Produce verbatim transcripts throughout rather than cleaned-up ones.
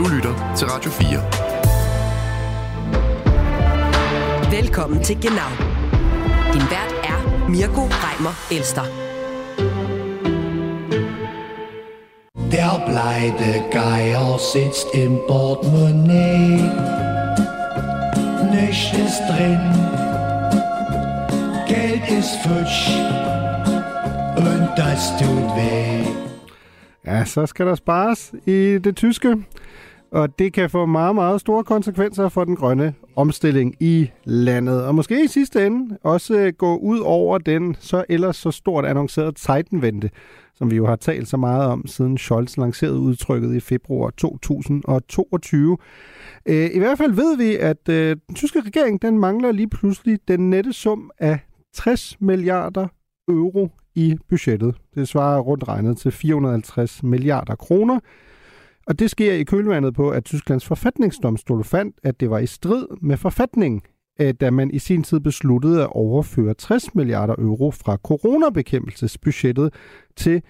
lytter til Radio fire. Velkommen til Genau. Din vært er Mirko Reimer Elster. Der blejde Geier sitzt im Portemonnaie. Nichts ist drin. Geld ist futsch. Und das tut weh. Ja, så skal der spares i det tyske, og det kan få meget, meget store konsekvenser for den grønne omstilling i landet. Og måske i sidste ende også gå ud over den så ellers så stort annoncerede Zeitenwende, som vi jo har talt så meget om, siden Scholz lancerede udtrykket i februar to tusind og toogtyve. I hvert fald ved vi, at den tyske regering den mangler lige pludselig den nette sum af tres milliarder euro i budgettet. Det svarer rundt regnet til fire hundrede og halvtreds milliarder kroner. Og det sker i kølvandet på, at Tysklands forfatningsdomstol fandt, at det var i strid med forfatningen, da man i sin tid besluttede at overføre tres milliarder euro fra coronabekæmpelsesbudgettet til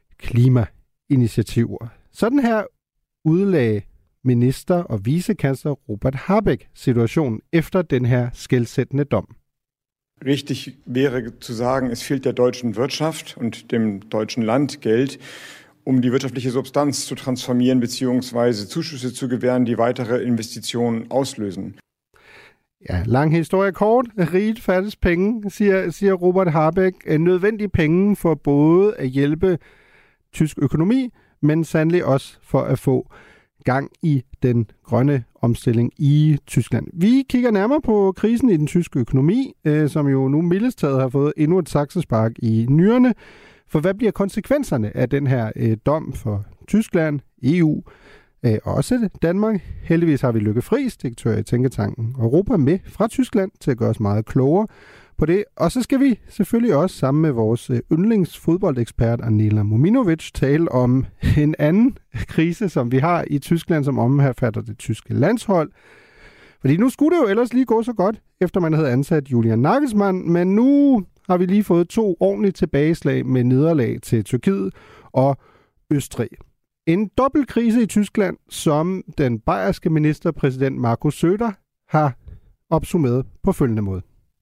klimainitiativer. Sådan her udlagde minister og vicekansler Robert Habeck situationen efter den her skelsættende dom. Richtig wäre zu sagen, es fehlt der deutschen Wirtschaft und dem deutschen Land Geld, um die wirtschaftliche Substanz zu transformieren bzw. Zuschüsse zu gewähren, die weitere Investitionen auslösen. Ja, lang historie kort. Riget fattes penge, siger, siger Robert Habeck. Nødvendige penge for både at hjælpe tysk økonomi, men sandelig også for at få gang i den grønne omstilling i Tyskland. Vi kigger nærmere på krisen i den tyske økonomi, øh, som jo nu mildest taget har fået endnu et saksespark i nyrerne. For hvad bliver konsekvenserne af den her øh, dom for Tyskland, E U øh, og også Danmark? Heldigvis har vi Lykke Friis, direktør i Tænketanken Europa, med fra Tyskland til at gøre os meget klogere på det. Og så skal vi selvfølgelig også sammen med vores yndlingsfodboldekspert Anela Mominovic tale om en anden krise, som vi har i Tyskland, som omfatter det tyske landshold. Fordi nu skulle det jo ellers lige gå så godt, efter man havde ansat Julian Nagelsmann, men nu har vi lige fået to ordentlige tilbageslag med nederlag til Tyrkiet og Østrig. En dobbeltkrise i Tyskland, som den bayerske ministerpræsident Markus Söder har opsummeret på følgende måde.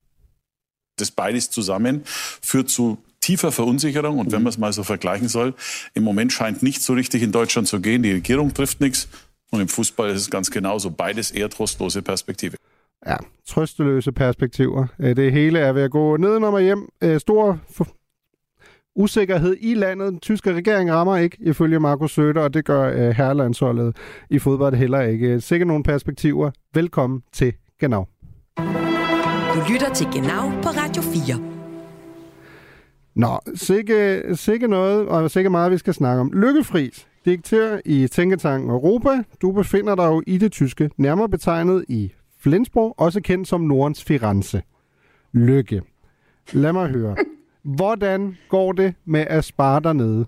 Das beides zusammen führt zu tiefer Verunsicherung. Und wenn man es mal so vergleichen soll, im Moment scheint nicht so richtig in Deutschland zu gehen. Die Regierung trifft nichts. Und im Fußball ist es ganz genauso. Beides eher trostlose Perspektive. Ja, trøsteløse perspektiver. Det hele er ved at gå nedenom og hjem. Stor usikkerhed i landet. Den tyske regering rammer ikke, ifølge Markus Söder, og det gør herrelandsholdet i fodbold heller ikke. Sikkert nogle perspektiver. Velkommen til Genau. Du lytter til Genau på Radio fire. Nå, sikke, sikke noget, og sikke meget, vi skal snakke om. Lykke Friis, direktør i Tænketanken Europa. Du befinder dig jo i det tyske, nærmere betegnet i Flensborg, også kendt som Nordens Firenze. Lykke, lad mig høre. Hvordan går det med at spare dernede?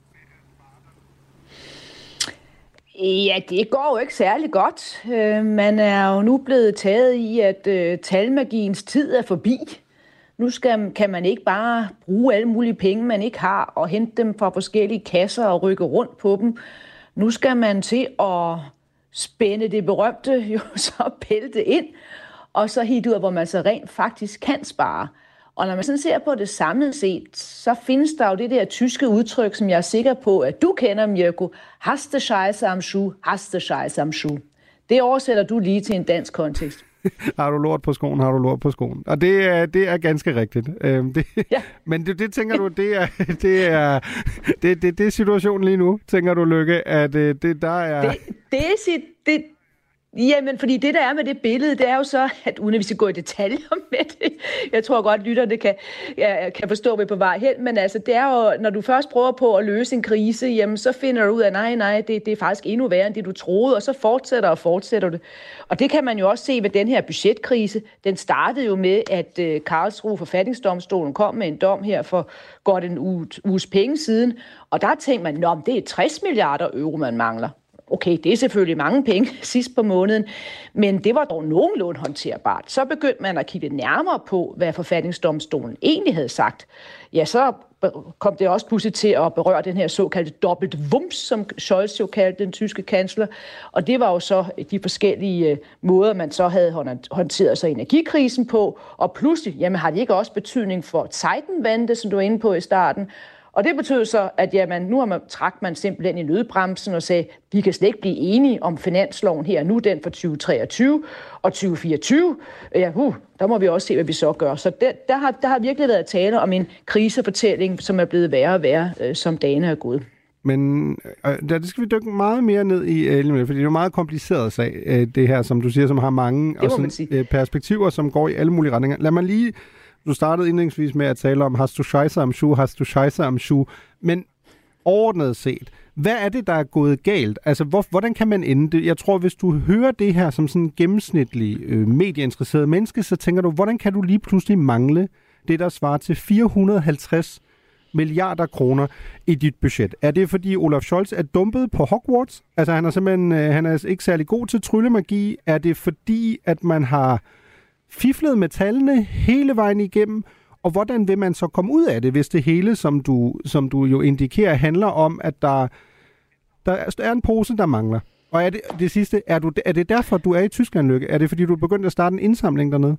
Ja, det går jo ikke særlig godt. Man er jo nu blevet taget i, at talmagiens tid er forbi. Nu skal, kan man ikke bare bruge alle mulige penge, man ikke har, og hente dem fra forskellige kasser og rykke rundt på dem. Nu skal man til at spænde det berømte jo så bælte ind, og så helt ud af, hvor man så rent faktisk kan spare. Og når man sådan ser på det samlet set, så findes der jo det der tyske udtryk, som jeg er sikker på, at du kender, Mirko. Hast du Scheiße am Schuh, hast du Scheiße am Schuh. Det oversætter du lige til en dansk kontekst. Har du lort på skoen, har du lort på skoen. Og det er, det er ganske rigtigt. Øhm, det, ja. Men det, det tænker du, det er, det, er, det, det, det er situationen lige nu, tænker du, Lykke, at det der er... Det, det er sit... Det Jamen, fordi det, der er med det billede, det er jo så, at uden at vi skal gå i detaljer med det, jeg tror godt, lytterne kan, kan forstå, hvad på vej hen, men altså, det er jo, når du først prøver på at løse en krise, jamen, så finder du ud af, nej, nej, det, det er faktisk endnu værre, end det du troede, og så fortsætter og fortsætter det. Og det kan man jo også se ved den her budgetkrise. Den startede jo med, at uh, Karlsruhe forfatningsdomstolen kom med en dom her for godt en uge, uges penge siden, og der tænkte man, nå, det er tres milliarder euro, man mangler. Okay, det er selvfølgelig mange penge sidst på måneden, men det var dog nogenlunde håndterbart. Så begyndte man at kigge nærmere på, hvad forfatningsdomstolen egentlig havde sagt. Ja, så kom det også pludselig til at berøre den her såkaldte dobbelt vums, som Scholz jo kaldte den tyske kansler. Og det var jo så de forskellige måder, man så havde håndteret sig energikrisen på. Og pludselig, jamen har det ikke også betydning for Zeitenwende, som du var inde på i starten? Og det betød så, at jamen, nu har man, trak man simpelthen i nødbremsen og sagde, vi kan slet ikke blive enige om finansloven her nu, den for tyve treogtyve og tyve fireogtyve. Ja, uh, der må vi også se, hvad vi så gør. Så der, der, har, der har virkelig været tale om en krisefortælling, som er blevet værre og værre, øh, som dagene er gået. Men øh, der skal vi dykke meget mere ned i, øh, fordi det er jo meget kompliceret sag, øh, det her, som du siger, som har mange og sådan, øh, perspektiver, som går i alle mulige retninger. Lad mig lige... Du startede indledningsvis med at tale om, hast du Scheiße am Schuh, hast du Scheiße am Schuh. Men overordnet set, hvad er det, der er gået galt? Altså, hvor, hvordan kan man ende det? Jeg tror, hvis du hører det her som sådan en gennemsnitlig øh, medieinteresseret menneske, så tænker du, hvordan kan du lige pludselig mangle det, der svarer til fire hundrede og halvtreds milliarder kroner i dit budget? Er det, fordi Olaf Scholz er dumpet på Hogwarts? Altså, han er simpelthen øh, han er ikke særlig god til tryllemagi. Er det fordi, at man har fiflet med tallene hele vejen igennem, og hvordan vil man så komme ud af det, hvis det hele, som du, som du jo indikerer, handler om, at der, der er en pose, der mangler? Og er det, det sidste, er, du, er det derfor, du er i Tyskland, Lykke? Er det, fordi du er begyndt at starte en indsamling dernede?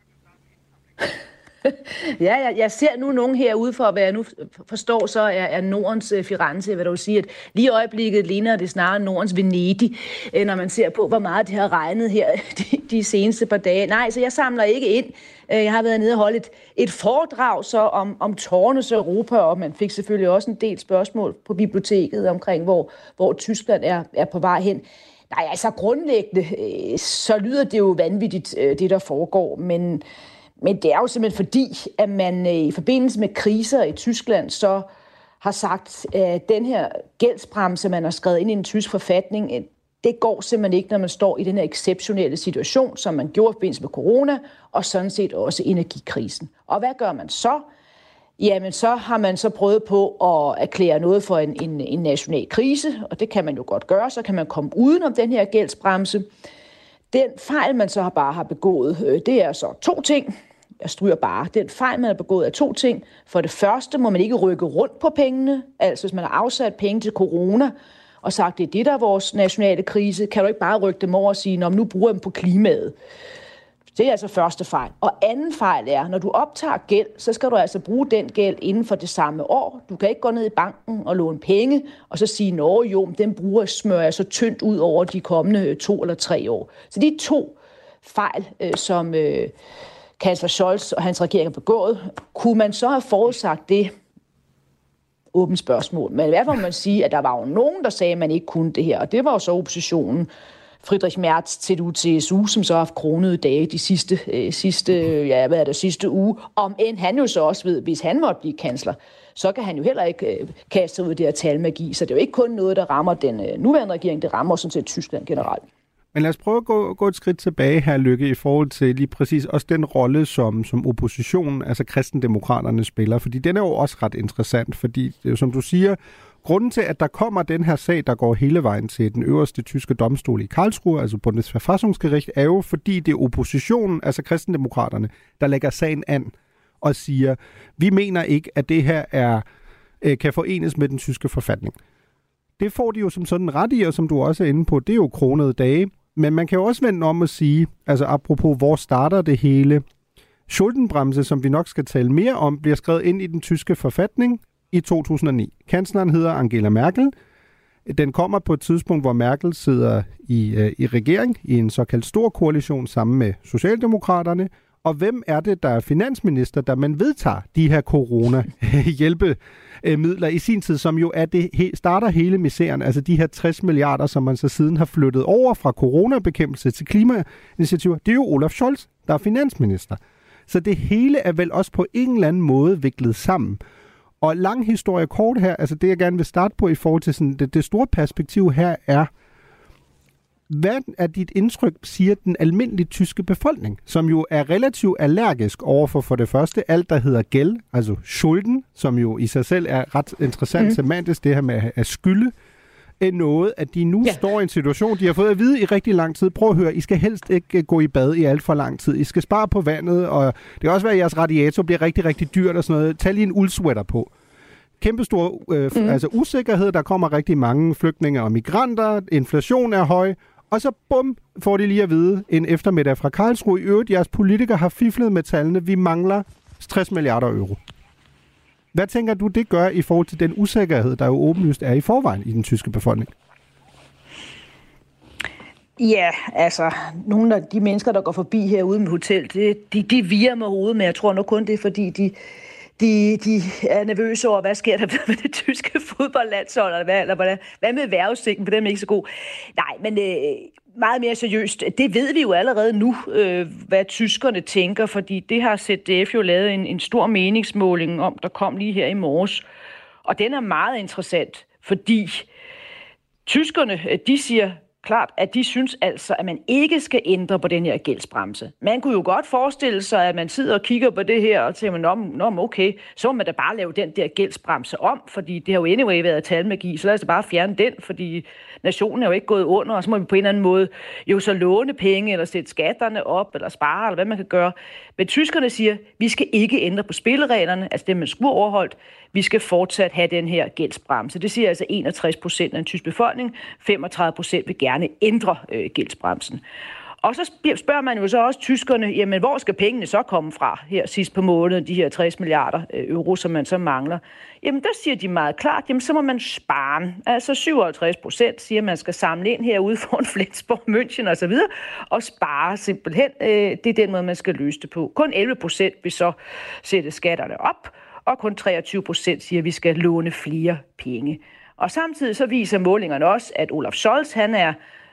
Ja, jeg, jeg ser nu nogen herude for, hvad jeg nu forstår, så er, er Nordens uh, Firenze, hvad du vil sige, at lige i øjeblikket ligner det snarere Nordens Venedig, uh, når man ser på, hvor meget det har regnet her de, de seneste par dage. Nej, så jeg samler ikke ind. Uh, jeg har været nede og holdt et, et foredrag så om, om tårnes Europa, og man fik selvfølgelig også en del spørgsmål på biblioteket omkring, hvor, hvor Tyskland er, er på vej hen. Nej, altså grundlæggende, uh, så lyder det jo vanvittigt, uh, det der foregår, men... Men det er jo simpelthen fordi, at man i forbindelse med kriser i Tyskland så har sagt, at den her gældsbremse, man har skrevet ind i en tysk forfatning, det går simpelthen ikke, når man står i den her exceptionelle situation, som man gjorde i forbindelse med corona, og sådan set også energikrisen. Og hvad gør man så? Jamen, så har man så prøvet på at erklære noget for en, en, en national krise, og det kan man jo godt gøre, så kan man komme uden om den her gældsbremse. Den fejl, man så bare har begået, det er så to ting. Jeg stryger bare. Den fejl, man har begået, er to ting. For det første må man ikke rykke rundt på pengene. Altså, hvis man har afsat penge til corona, og sagt, det er det, der er vores nationale krise, kan du ikke bare rykke dem over og sige, nu bruger dem på klimaet. Det er altså første fejl. Og anden fejl er, når du optager gæld, så skal du altså bruge den gæld inden for det samme år. Du kan ikke gå ned i banken og låne penge, og så sige, nå jo, den bruger smører jeg så tyndt ud over de kommende to eller tre år. Så de to fejl, øh, som øh, kansler Scholz og hans regering har begået, kunne man så have forudsagt det? Åbent spørgsmål. Men i hvert fald må man sige, at der var jo nogen, der sagde, at man ikke kunne det her, og det var jo så oppositionen. Friedrich Merz, C D U C S U, som så har haft kronede dage de sidste, øh, sidste, ja, hvad er det, sidste uge. Om end han jo så også ved, hvis han måtte blive kansler, så kan han jo heller ikke øh, kaste ud det her talmagi. Så det er jo ikke kun noget, der rammer den øh, nuværende regering, det rammer sådan set Tyskland generelt. Men lad os prøve at gå, gå et skridt tilbage her, Lykke, i forhold til lige præcis også den rolle, som, som oppositionen, altså kristendemokraterne, spiller. Fordi den er jo også ret interessant, fordi som du siger, grunden til, at der kommer den her sag, der går hele vejen til den øverste tyske domstol i Karlsruhe, altså Bundesverfassungsgericht, er jo fordi det er oppositionen, altså kristendemokraterne, der lægger sagen an og siger, vi mener ikke, at det her er, øh, kan forenes med den tyske forfatning. Det får de jo som sådan ret i, og som du også er inde på, det er jo kronede dage. Men man kan jo også vende om at sige, altså apropos, hvor starter det hele? Schuldenbremse, som vi nok skal tale mere om, bliver skrevet ind i den tyske forfatning i to tusind og ni. Kansleren hedder Angela Merkel. Den kommer på et tidspunkt, hvor Merkel sidder i, øh, i regering i en såkaldt stor koalition sammen med Socialdemokraterne. Og hvem er det, der er finansminister, da man vedtager de her corona-hjælpemidler i sin tid, som jo er det, starter hele misæren, altså de her tres milliarder, som man så siden har flyttet over fra coronabekæmpelse til klimainitiativer. Det er jo Olaf Scholz, der er finansminister. Så det hele er vel også på en eller anden måde viklet sammen. Og lang historie kort her, altså det jeg gerne vil starte på i forhold til sådan, det, det store perspektiv her er, hvad er dit indtryk, siger den almindelige tyske befolkning, som jo er relativt allergisk overfor for det første alt, der hedder gæld, altså Schulden, som jo i sig selv er ret interessant mm. semantisk, det her med at skylde. noget, at de nu ja. står i en situation, de har fået at vide i rigtig lang tid. Prøv at høre, I skal helst ikke gå i bad i alt for lang tid. I skal spare på vandet, og det kan også være, at jeres radiator bliver rigtig, rigtig dyrt og sådan noget. Tag lige en uldsweater på. Kæmpestor øh, mm. altså usikkerhed, der kommer rigtig mange flygtninge og migranter, inflation er høj, og så bum, får de lige at vide en eftermiddag fra Karlsruhe. I øvrigt, jeres politikere har fiflet med tallene. Vi mangler tres milliarder euro. Hvad tænker du, det gør i forhold til den usikkerhed, der jo åbenlyst er i forvejen i den tyske befolkning? Ja, altså, nogle af de mennesker, der går forbi herude med hotel, det, de, de virer med hovedet, men jeg tror nok kun det er, fordi de, de, de er nervøse over, hvad sker der med det tyske fodboldlandshold, eller hvad, eller hvad, hvad med vejrudsigten, for dem er ikke så god. Nej, men øh, meget mere seriøst, det ved vi jo allerede nu, øh, hvad tyskerne tænker, fordi det har Z D F jo lavet en, en stor meningsmåling om, der kom lige her i morges. Og den er meget interessant, fordi tyskerne, de siger klart, at de synes altså, at man ikke skal ændre på den her gældsbremse. Man kunne jo godt forestille sig, at man sidder og kigger på det her og tænker, nå, nå okay, så må man da bare lave den der gældsbremse om, fordi det har jo anyway været talmagi, så lad os da bare fjerne den, fordi nationen er jo ikke gået under, og så må vi på en eller anden måde jo så låne penge, eller sætte skatterne op, eller spare, eller hvad man kan gøre. Men tyskerne siger, at vi skal ikke ændre på spillereglerne, altså det, man skulle overholdt. Vi skal fortsat have den her gældsbremse. Det siger altså enogtres procent af den tyske befolkning. femogtredive procent vil gerne ændre øh, gældsbremsen. Og så spørger man jo så også tyskerne, jamen hvor skal pengene så komme fra her sidst på måneden, de her tres milliarder euro, som man så mangler? Jamen der siger de meget klart, jamen så må man spare. Altså syvoghalvtreds procent siger, man skal samle ind herude foran Flensborg, München osv. og spare simpelthen. Det er den måde, man skal løse det på. Kun elleve procent vil så sætte skatterne op, og kun treogtyve procent siger, at vi skal låne flere penge. Og samtidig så viser målingerne også, at Olaf Scholz, han er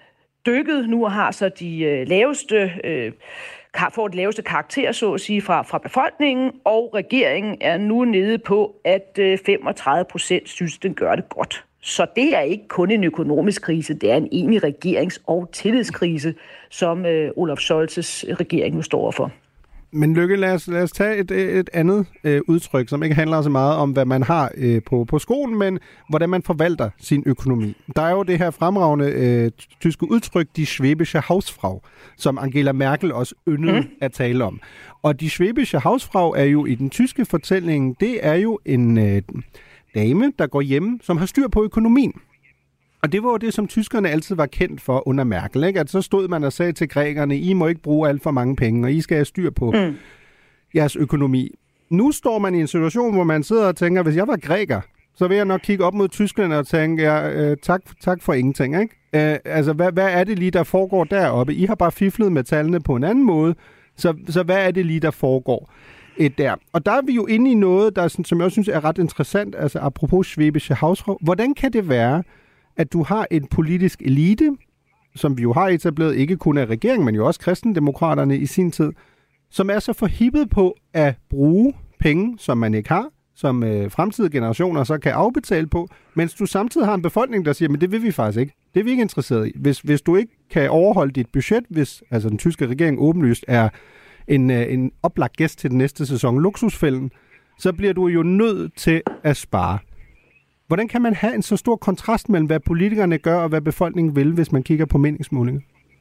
dykket nu og har så de øh, laveste, øh, får de laveste karakterer, så at sige, fra, fra befolkningen, og regeringen er nu nede på, at øh, femogtredive procent synes, den gør det godt. Så det er ikke kun en økonomisk krise, det er en egentlig regerings- og tillidskrise, som øh, Olaf Scholz's regering nu står for. Men Lykke, lad os, lad os tage et, et andet øh, udtryk, som ikke handler så meget om, hvad man har øh, på, på skolen, men hvordan man forvalter sin økonomi. Der er jo det her fremragende øh, tyske udtryk, die schwäbische Hausfrau, som Angela Merkel også yndede mm. at tale om. Og die schwäbische Hausfrau er jo i den tyske fortælling, det er jo en øh, dame, der går hjemme, som har styr på økonomien. Og det var jo det, som tyskerne altid var kendt for under Merkel, ikke? At så stod man og sagde til grækerne, I må ikke bruge alt for mange penge, og I skal have styr på mm. jeres økonomi. Nu står man i en situation, hvor man sidder og tænker, hvis jeg var græker, så vil jeg nok kigge op mod tyskerne og tænke, ja, øh, tak, tak for ingenting, ikke? Øh, altså, hvad, hvad er det lige, der foregår deroppe? I har bare fiflet med tallene på en anden måde, så, så hvad er det lige, der foregår et der? Og der er vi jo inde i noget, der, som jeg også synes er ret interessant, altså apropos schwäbische Hausfrau. Hvordan kan det være, at du har en politisk elite, som vi jo har etableret, ikke kun af regeringen, men jo også kristendemokraterne i sin tid, som er så forhippet på at bruge penge, som man ikke har, som øh, fremtidige generationer så kan afbetale på, mens du samtidig har en befolkning, der siger, men det vil vi faktisk ikke. Det er vi ikke interesseret i. Hvis, hvis du ikke kan overholde dit budget, hvis altså den tyske regering åbenlyst er en, øh, en oplagt gæst til den næste sæson, Luksusfælden, så bliver du jo nødt til at spare. Hvordan kan man have en så stor kontrast mellem, hvad politikerne gør, og hvad befolkningen vil, hvis man kigger på meningsmålinger?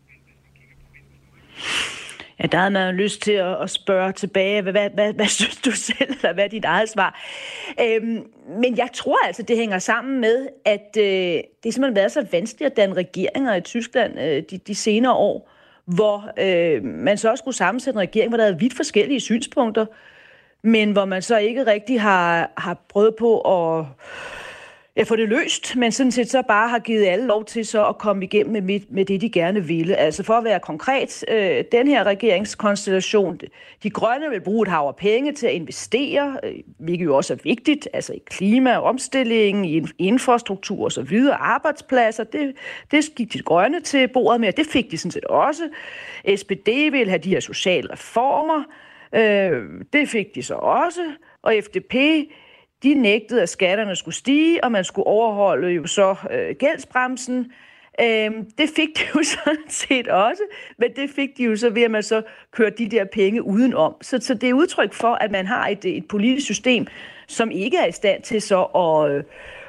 Ja, der havde man lyst til at spørge tilbage, hvad, hvad, hvad, hvad synes du selv, eller hvad er dit eget svar? Øhm, men jeg tror altså, det hænger sammen med, at øh, det har simpelthen været så vanskeligt at danne regeringer i Tyskland øh, de, de senere år, hvor øh, man så også skulle sammensætte en regering, hvor der er vidt forskellige synspunkter, men hvor man så ikke rigtig har, har prøvet på at ja, få det løst, men sådan set så bare har givet alle lov til så at komme igennem med, med det, de gerne ville. Altså for at være konkret, øh, den her regeringskonstellation, de grønne vil bruge et hav af penge til at investere, øh, hvilket jo også er vigtigt, altså i klima, omstilling, i infrastruktur og så videre, arbejdspladser, det, det gik de grønne til bordet med, og det fik de sådan set også. S P D vil have de her sociale reformer, øh, det fik de så også, og F D P, de nægtede, at skatterne skulle stige, og man skulle overholde jo så øh, gældsbremsen. Øhm, det fik de jo sådan set også, men det fik de jo så ved, at man så kørte de der penge udenom. Så, så det er udtryk for, at man har et, et politisk system, som ikke er i stand til så at, øh,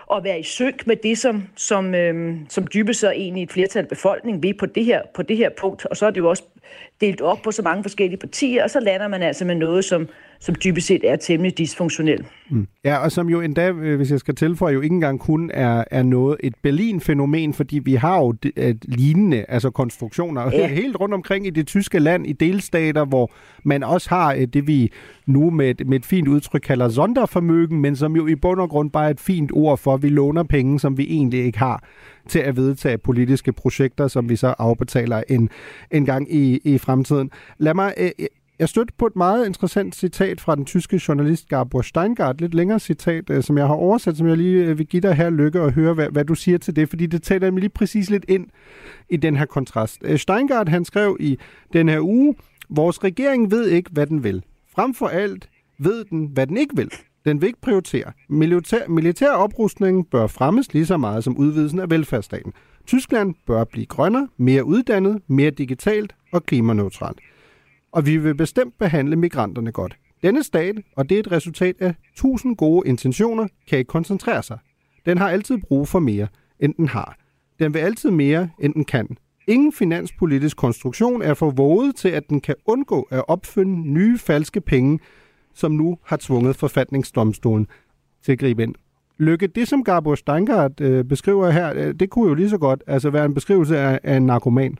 at være i synk med det, som, som, øh, som dybest set egentlig et flertal af befolkningen vil på det, her, på det her punkt. Og så er det jo også delt op på så mange forskellige partier, og så lander man altså med noget, som, som dybest set er temmelig dysfunktionelt. Mm. Ja, og som jo endda, hvis jeg skal tilføje, jo ikke engang kun er, er noget et Berlin-fænomen, fordi vi har jo et lignende altså konstruktioner ja. helt rundt omkring i det tyske land, i delstater, hvor man også har det, vi nu med, med et fint udtryk kalder Sondervermögen, men som jo i bund og grund bare er et fint ord for, at vi låner penge, som vi egentlig ikke har til at vedtage politiske projekter, som vi så afbetaler en, en gang i, i fremtiden. Lad mig... Øh, Jeg stødte på et meget interessant citat fra den tyske journalist Gabor Steingart, lidt længere citat, som jeg har oversat, som jeg lige vil give dig her, Lykke, og høre, hvad, hvad du siger til det, fordi det taler mig lige præcis lidt ind i den her kontrast. Steingart, han skrev i den her uge, vores regering ved ikke, hvad den vil. Frem for alt ved den, hvad den ikke vil. Den vil ikke prioritere. Militær, militær oprustning bør fremmes lige så meget som udvidelsen af velfærdsstaten. Tyskland bør blive grønnere, mere uddannet, mere digitalt og klimaneutralt. Og vi vil bestemt behandle migranterne godt. Denne stat, og det er et resultat af tusind gode intentioner, kan ikke koncentrere sig. Den har altid brug for mere, end den har. Den vil altid mere, end den kan. Ingen finanspolitisk konstruktion er for våget til, at den kan undgå at opfinde nye falske penge, som nu har tvunget forfatningsdomstolen til at gribe ind. Lykke, det som Gabor Steingart øh, beskriver her, øh, det kunne jo lige så godt altså være en beskrivelse af, af en narkoman.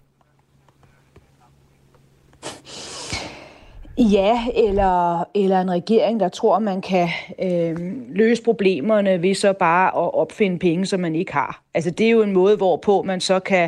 Ja, eller, eller en regering, der tror, man kan øh, løse problemerne ved så bare at opfinde penge, som man ikke har. Altså det er jo en måde, hvorpå man så kan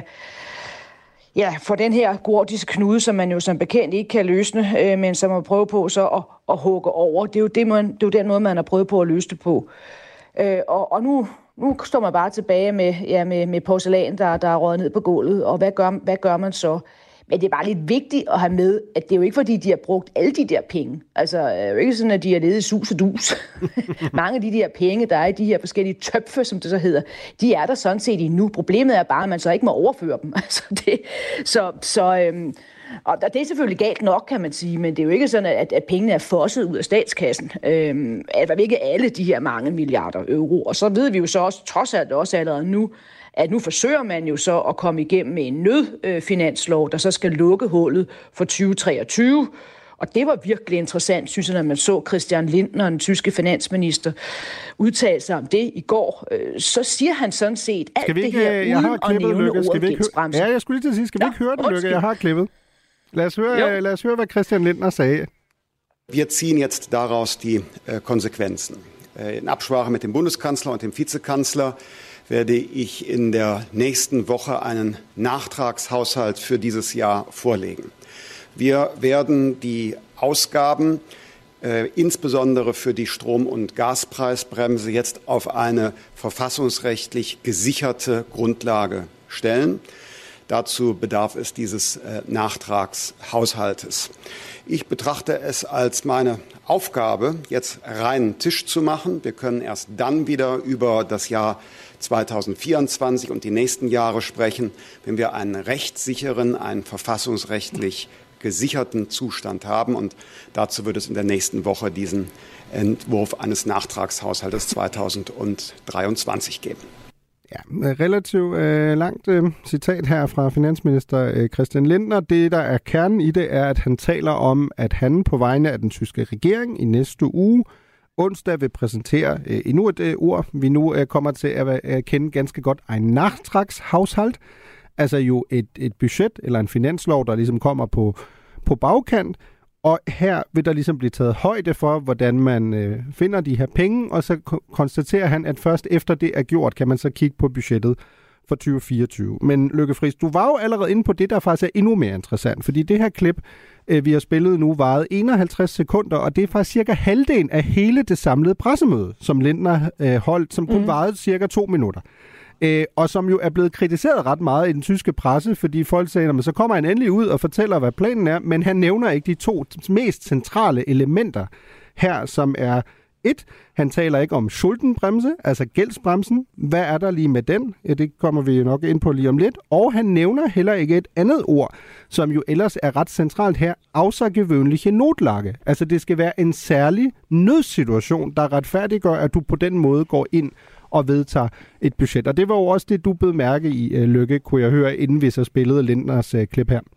ja, få den her gordiske knude, som man jo som bekendt ikke kan løse, øh, men som man prøver på så at, at hugge over. Det er jo, det, man, det er jo den måde, man har prøvet på at løse det på. Øh, og, og nu, nu står man bare tilbage med, ja, med, med porcelæn, der, der er røget ned på gulvet. Og hvad gør, hvad gør man så? Men det er bare lidt vigtigt at have med, at det er jo ikke, fordi de har brugt alle de der penge. Altså, det er jo ikke sådan, at de har levet i sus og dus. Mange af de der penge, der er i de her forskellige tøpfe, som det så hedder, de er der sådan set endnu. Problemet er bare, at man så ikke må overføre dem. Altså, det, så, så, øhm, og det er selvfølgelig galt nok, kan man sige, men det er jo ikke sådan, at, at pengene er fosset ud af statskassen. Øhm, at ikke alle de her mange milliarder euro. Og så ved vi jo så også, trods alt også allerede nu, at nu forsøger man jo så at komme igennem med en nødfinanslov, der så skal lukke hullet for tyve treogtyve. Og det var virkelig interessant, synes jeg, når man så Christian Lindner, den tyske finansminister, udtale sig om det i går. Så siger han sådan set alt ikke, det her jeg uden at nævne ordet gældsbremse. Ja, jeg skulle lige til at sige, skal vi ikke høre det, Lykke? Jeg har klippet. Lad os høre, lad os høre, hvad Christian Lindner sagde. Wir ziehen jetzt daraus die äh, Konsequenzen. Äh, in Absprache mit dem Bundeskanzler und dem Vizekanzler werde ich in der nächsten Woche einen Nachtragshaushalt für dieses Jahr vorlegen. Wir werden die Ausgaben, äh, insbesondere für die Strom- und Gaspreisbremse, jetzt auf eine verfassungsrechtlich gesicherte Grundlage stellen. Dazu bedarf es dieses äh, Nachtragshaushaltes. Ich betrachte es als meine Aufgabe, jetzt reinen Tisch zu machen. Wir können erst dann wieder über das Jahr zwanzig vierundzwanzig und die nächsten Jahre sprechen, wenn wir einen rechtssicheren, einen verfassungsrechtlich gesicherten Zustand haben. Und dazu wird es in der nächsten Woche diesen Entwurf eines Nachtragshaushaltes zwanzig dreiundzwanzig geben. Ja, relativt øh, langt øh, citat her fra finansminister øh, Christian Lindner. Det, der er kernen i det, er, at han taler om, at han på vegne af den tyske regering i næste uge onsdag vil præsentere øh, endnu et øh, ord, vi nu øh, kommer til at øh, kende ganske godt, en nachtragshaushalt. Altså jo et, et budget eller en finanslov, der ligesom kommer på, på bagkant. Og her vil der ligesom blive taget højde for, hvordan man øh, finder de her penge, og så ko- konstaterer han, at først efter det er gjort, kan man så kigge på budgettet for tyve fireogtyve. Men Lykke Friis, du var jo allerede inde på det, der faktisk er endnu mere interessant, fordi det her klip, øh, vi har spillet nu, varede enoghalvtreds sekunder, og det er faktisk cirka halvdelen af hele det samlede pressemøde, som Lindner øh, holdt, som kun mm. varede cirka to minutter. Øh, og som jo er blevet kritiseret ret meget i den tyske presse, fordi folk sagde, at så kommer han endelig ud og fortæller, hvad planen er, men han nævner ikke de to mest centrale elementer her, som er et, han taler ikke om Schuldenbremse, altså gældsbremsen. Hvad er der lige med den? Ja, det kommer vi nok ind på lige om lidt. Og han nævner heller ikke et andet ord, som jo ellers er ret centralt her, außergewöhnliche Notlage. Altså det skal være en særlig nødsituation, der retfærdiggør, at du på den måde går ind og vedtager et budget. Og det var jo også det, du bed mærke i, Løkke, kunne jeg høre, inden vi så spillede Lindners klip her.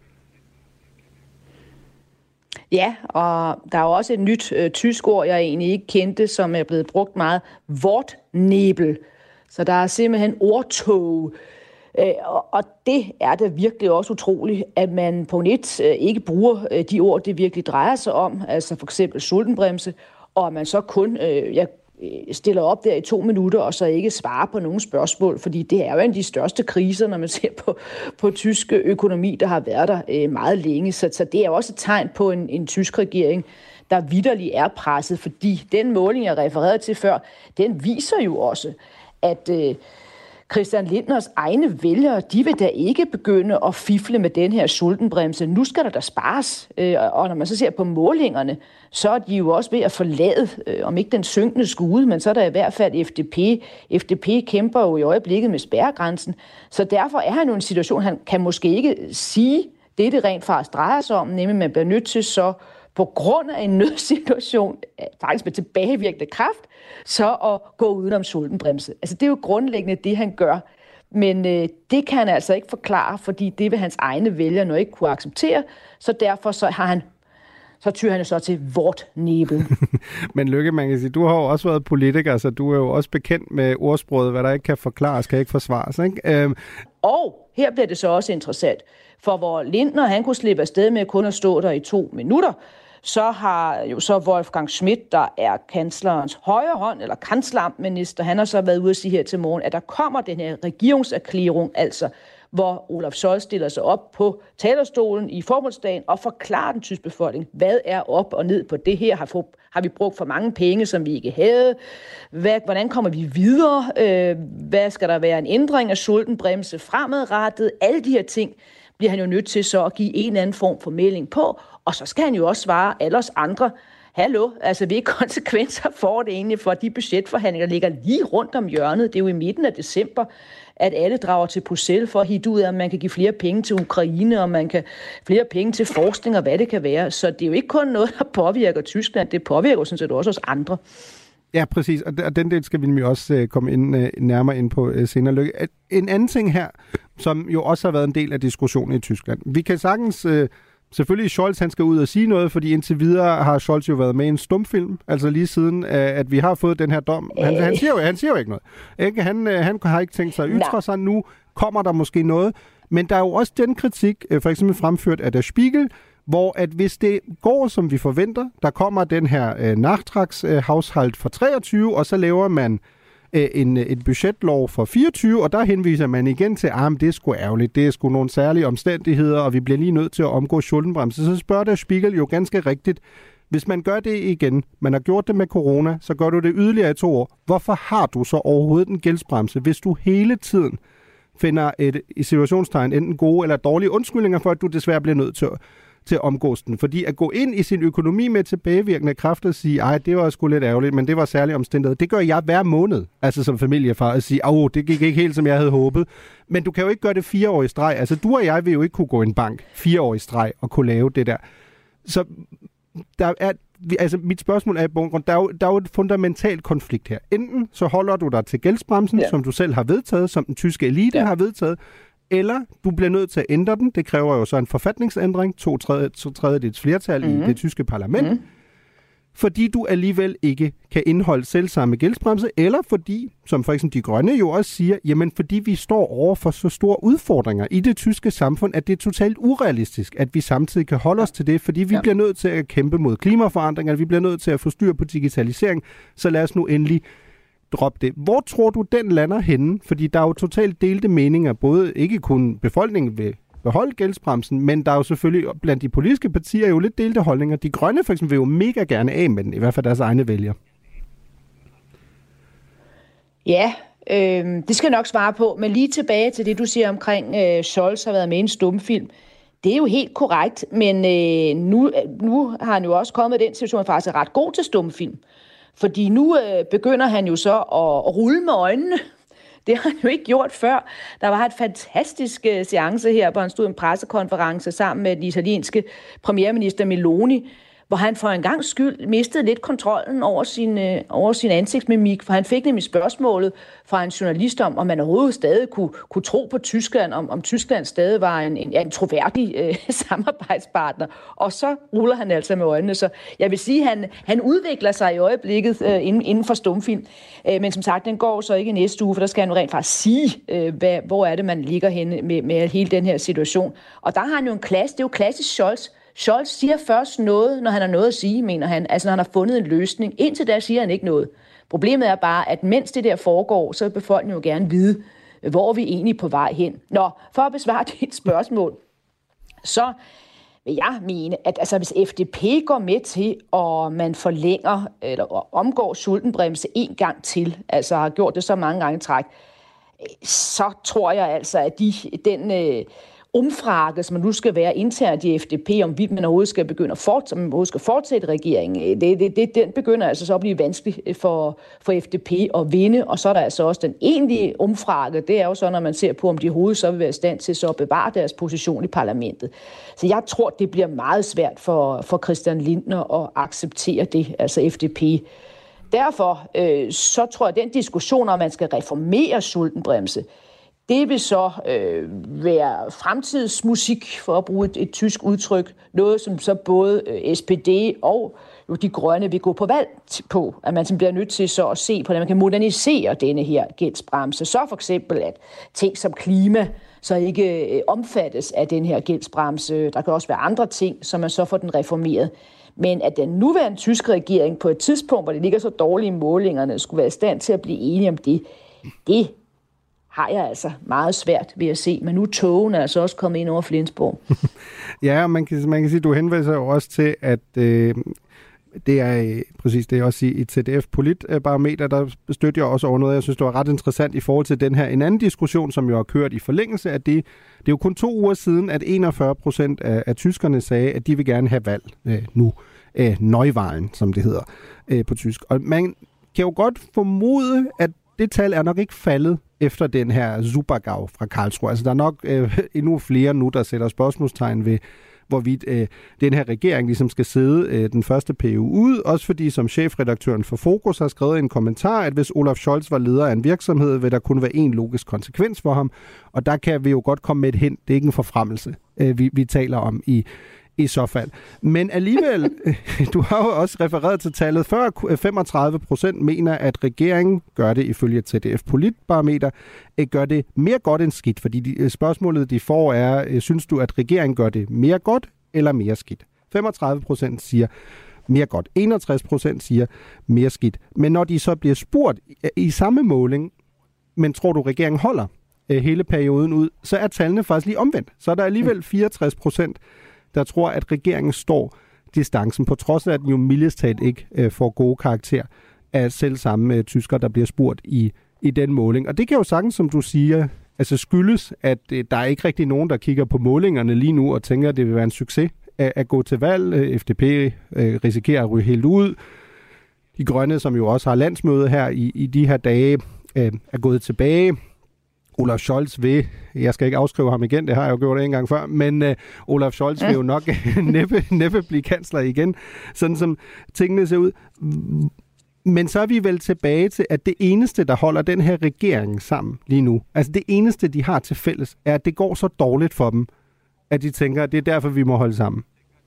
Ja, og der er jo også et nyt øh, tysk ord, jeg egentlig ikke kendte, som er blevet brugt meget. Wortnebel. Så der er simpelthen ordtog. Øh, og, og det er da virkelig også utroligt, at man på net øh, ikke bruger øh, de ord, det virkelig drejer sig om. Altså for eksempel sultenbremse. Og at man så kun øh, jeg stiller op der i to minutter, og så ikke svarer på nogle spørgsmål. Fordi det er jo en af de største kriser, når man ser på, på tysk økonomi, der har været der øh, meget længe. Så, så det er også et tegn på en, en tysk regering, der vitterligt er presset. Fordi den måling, jeg refererede til før, den viser jo også, at øh, Christian Lindners egne vælgere, de vil da ikke begynde at fifle med den her sultenbremse. Nu skal der da spares. Øh, og når man så ser på målingerne, så er de jo også ved at forlade, øh, om ikke den synkende skude, men så er der i hvert fald F D P. F D P kæmper jo i øjeblikket med spærregrænsen. Så derfor er han jo en situation, han kan måske ikke sige det, det rent faktisk drejer sig om, nemlig man bliver nødt til så på grund af en nødsituation, faktisk med tilbagevirkende kraft, så at gå udenom sultenbremse. Altså det er jo grundlæggende det, han gør. Men øh, det kan han altså ikke forklare, fordi det vil hans egne vælgere nu ikke kunne acceptere. Så derfor så har han så tyrer han jo så til wortnebel. Men Løkke, man kan sige, du har jo også været politiker, så du er jo også bekendt med ordsproget, hvad der ikke kan forklares, kan ikke forsvares, ikke? Øhm. Og her bliver det så også interessant, for hvor Lindner, han kunne slippe afsted med kun at stå der i to minutter, så har jo så Wolfgang Schmidt, der er kanslerens højre hånd, eller kanslerminister, han har så været ude at sige her til morgen, at der kommer den her regeringserklärung, altså hvor Olaf Scholz stiller sig op på talerstolen i forbundsdagen og forklarer den tyske befolkning, hvad er op og ned på det her? Har, for, har vi brugt for mange penge, som vi ikke havde? Hvad, hvordan kommer vi videre? Øh, hvad skal der være en ændring af sultenbremse fremadrettet? Alle de her ting bliver han jo nødt til så at give en eller anden form for melding på, og så skal han jo også svare alle os andre, hallo, altså hvilke konsekvenser får det egentlig for de budgetforhandlinger, der ligger lige rundt om hjørnet? Det er jo i midten af december, at alle drager til Bruxelles for at hitte ud af, at man kan give flere penge til Ukraine, og man kan flere penge til forskning, og hvad det kan være. Så det er jo ikke kun noget, der påvirker Tyskland, det påvirker jo sådan set også os andre. Ja, præcis, og den del skal vi nemlig også komme ind, nærmere ind på senere. Løkke. En anden ting her, som jo også har været en del af diskussionen i Tyskland. Vi kan sagtens... Selvfølgelig, Scholz han skal ud og sige noget, fordi indtil videre har Scholz jo været med i en stumfilm, altså lige siden, at vi har fået den her dom. Han, han, siger, jo, han siger jo ikke noget. Ikke? Han, han har ikke tænkt sig at ytre sig. Nu kommer der måske noget. Men der er jo også den kritik, for eksempel fremført af Der Spiegel, hvor at hvis det går, som vi forventer, der kommer den her øh, nachtragshaushalt for treogtyve, og så laver man En, et budgetlov for fireogtyve, og der henviser man igen til, at ah, det er sgu ærgerligt, det er sgu nogle særlige omstændigheder, og vi bliver lige nødt til at omgå sultenbremse. Så spørger Der Spiegel jo ganske rigtigt, hvis man gør det igen, man har gjort det med corona, så gør du det yderligere i to år. Hvorfor har du så overhovedet en gældsbremse, hvis du hele tiden finder et i situationstegn enten gode eller dårlige undskyldninger for, at du desværre bliver nødt til at til at omgås den. Fordi at gå ind i sin økonomi med tilbagevirkende kræfter og sige, ej, det var sgu lidt ærgerligt, men det var særlig omstændighed. Det gør jeg hver måned, altså som familiefar, at sige, åh, det gik ikke helt, som jeg havde håbet. Men du kan jo ikke gøre det fire år i streg. Altså, du og jeg vil jo ikke kunne gå i en bank fire år i streg og kunne lave det der. Så der er, altså, mit spørgsmål er i bund, der er jo, der er jo et fundamentalt konflikt her. Enten så holder du dig til gældsbremsen, ja. som du selv har vedtaget, som den tyske elite ja. har vedtaget, eller du bliver nødt til at ændre den. Det kræver jo så en forfatningsændring, to, tredje, to tredjedels flertal mm. i det tyske parlament, mm. fordi du alligevel ikke kan indholde selvsamme gældsbremse, eller fordi, som for eksempel de grønne jo også siger, jamen fordi vi står over for så store udfordringer i det tyske samfund, at det er totalt urealistisk, at vi samtidig kan holde os til det, fordi vi ja. bliver nødt til at kæmpe mod klimaforandringer, vi bliver nødt til at få styr på digitalisering, så lad os nu endelig drop det. Hvor tror du, den lander henne? Fordi der er jo totalt delte meninger, både ikke kun befolkningen vil beholde gældsbremsen, men der er jo selvfølgelig blandt de politiske partier jo lidt delte holdninger. De grønne for eksempel vil jo mega gerne af med den, i hvert fald deres egne vælgere. Ja, øh, det skal jeg nok svare på, men lige tilbage til det, du siger omkring øh, Scholz har været med i en stumfilm. Det er jo helt korrekt, men øh, nu, nu har han jo også kommet i den situation, at han faktisk er ret god til stumfilm. Fordi nu øh, begynder han jo så at, at rulle med øjnene. Det har han jo ikke gjort før. Der var et fantastisk øh, seance her, hvor han stod i en pressekonference sammen med den italienske premierminister Meloni, hvor han for en gang skyld mistede lidt kontrollen over sin, øh, over sin ansigtsmimik, for han fik nemlig spørgsmålet fra en journalist om, om man overhovedet stadig kunne, kunne tro på Tyskland, om, om Tyskland stadig var en, en, en troværdig øh, samarbejdspartner. Og så ruller han altså med øjnene. Så jeg vil sige, at han, han udvikler sig i øjeblikket øh, inden, inden for stumfilm. Øh, men som sagt, den går så ikke næste uge, for der skal han jo rent faktisk sige, øh, hvad, hvor er det, man ligger henne med, med hele den her situation. Og der har han jo en klasse, det er jo klassisk Scholz. Scholz siger først noget, når han har noget at sige, mener han. Altså når han har fundet en løsning. Indtil da siger han ikke noget. Problemet er bare, at mens det der foregår, så vil befolkningen jo gerne vide, hvor vi egentlig på vej hen. Nå, for at besvare dit spørgsmål, så vil jeg mene, at altså, hvis F D P går med til, og man forlænger eller omgår sultenbremse en gang til, altså har gjort det så mange gange i træk, så tror jeg altså, at de, den øh, omfrakke, som nu skal være internt i F D P, om vi man overhovedet skal begynde at fortsætte, man overhovedet skal fortsætte regeringen, det, det, det, den begynder altså så at blive vanskelig for, for F D P at vinde, og så er der altså også den egentlige omfrakke, det er jo så, når man ser på, om de overhovedet så vil være i stand til så at bevare deres position i parlamentet. Så jeg tror, det bliver meget svært for, for Christian Lindner at acceptere det, altså F D P. Derfor øh, så tror jeg, at den diskussion om, man skal reformere sultenbremse, det vil så øh, være fremtidsmusik, for at bruge et, et tysk udtryk. Noget, som så både øh, S P D og jo de grønne vil gå på valg på. At man bliver nødt til så at se på, hvordan man kan modernisere denne her gældsbremse. Så for eksempel, at ting som klima så ikke øh, omfattes af den her gældsbremse. Der kan også være andre ting, som man så får den reformeret. Men at den nuværende tyske regering på et tidspunkt, hvor det ligger så dårligt i målingerne, skulle være i stand til at blive enige om det, det har jeg altså meget svært ved at se. Men nu er togen altså også kommet ind over Flensborg. Ja, man kan, man kan sige, at du henviser jo også til, at øh, det er præcis det, jeg også i et Z D F-politbarometer, der støtter jeg også over noget, jeg synes, det var ret interessant i forhold til den her. En anden diskussion, som jo har kørt i forlængelse af det, det er jo kun to uger siden, at enogfyrre procent af, af tyskerne sagde, at de vil gerne have valg øh, nu. Øh, Neuwahlen, som det hedder øh, på tysk. Og man kan jo godt formode, at det tal er nok ikke faldet efter den her Supergau fra Karlsruhe. Altså, der er nok øh, endnu flere nu, der sætter spørgsmålstegn ved, hvorvidt øh, den her regering ligesom skal sidde øh, den første periode ud. Også fordi, som chefredaktøren for Fokus har skrevet en kommentar, at hvis Olaf Scholz var leder af en virksomhed, vil der kun være en logisk konsekvens for ham. Og der kan vi jo godt komme med et hint. Det er ikke en forfremmelse, øh, vi, vi taler om i i så fald. Men alligevel, du har jo også refereret til tallet før, femogtredive procent mener, at regeringen gør det ifølge Z D F-politbarometer, gør det mere godt end skidt, fordi de, spørgsmålet, de får, er, synes du, at regeringen gør det mere godt eller mere skidt? femogtredive procent siger mere godt. enogtres procent siger mere skidt. Men når de så bliver spurgt i samme måling, men tror du, regeringen holder hele perioden ud, så er tallene faktisk lige omvendt. Så er der alligevel fireogtres procent, der tror, at regeringen står distancen, på trods af, at den jo mildest talt ikke øh, får gode karakter af selv samme øh, tyskere, der bliver spurgt i, i den måling. Og det kan jo sagtens, som du siger, altså skyldes, at øh, der er ikke rigtig nogen, der kigger på målingerne lige nu og tænker, at det vil være en succes at, at gå til valg. Øh, F D P øh, risikerer at ryge helt ud. De grønne, som jo også har landsmøde her i, i de her dage, øh, er gået tilbage. Olaf Scholz vil, jeg skal ikke afskrive ham igen, det har jeg jo gjort en gang før, men uh, Olaf Scholz vil jo nok næppe, næppe blive kansler igen, sådan som tingene ser ud. Men så er vi vel tilbage til, at det eneste, der holder den her regering sammen lige nu, altså det eneste, de har til fælles, er, at det går så dårligt for dem, at de tænker, at det er derfor, vi må holde sammen.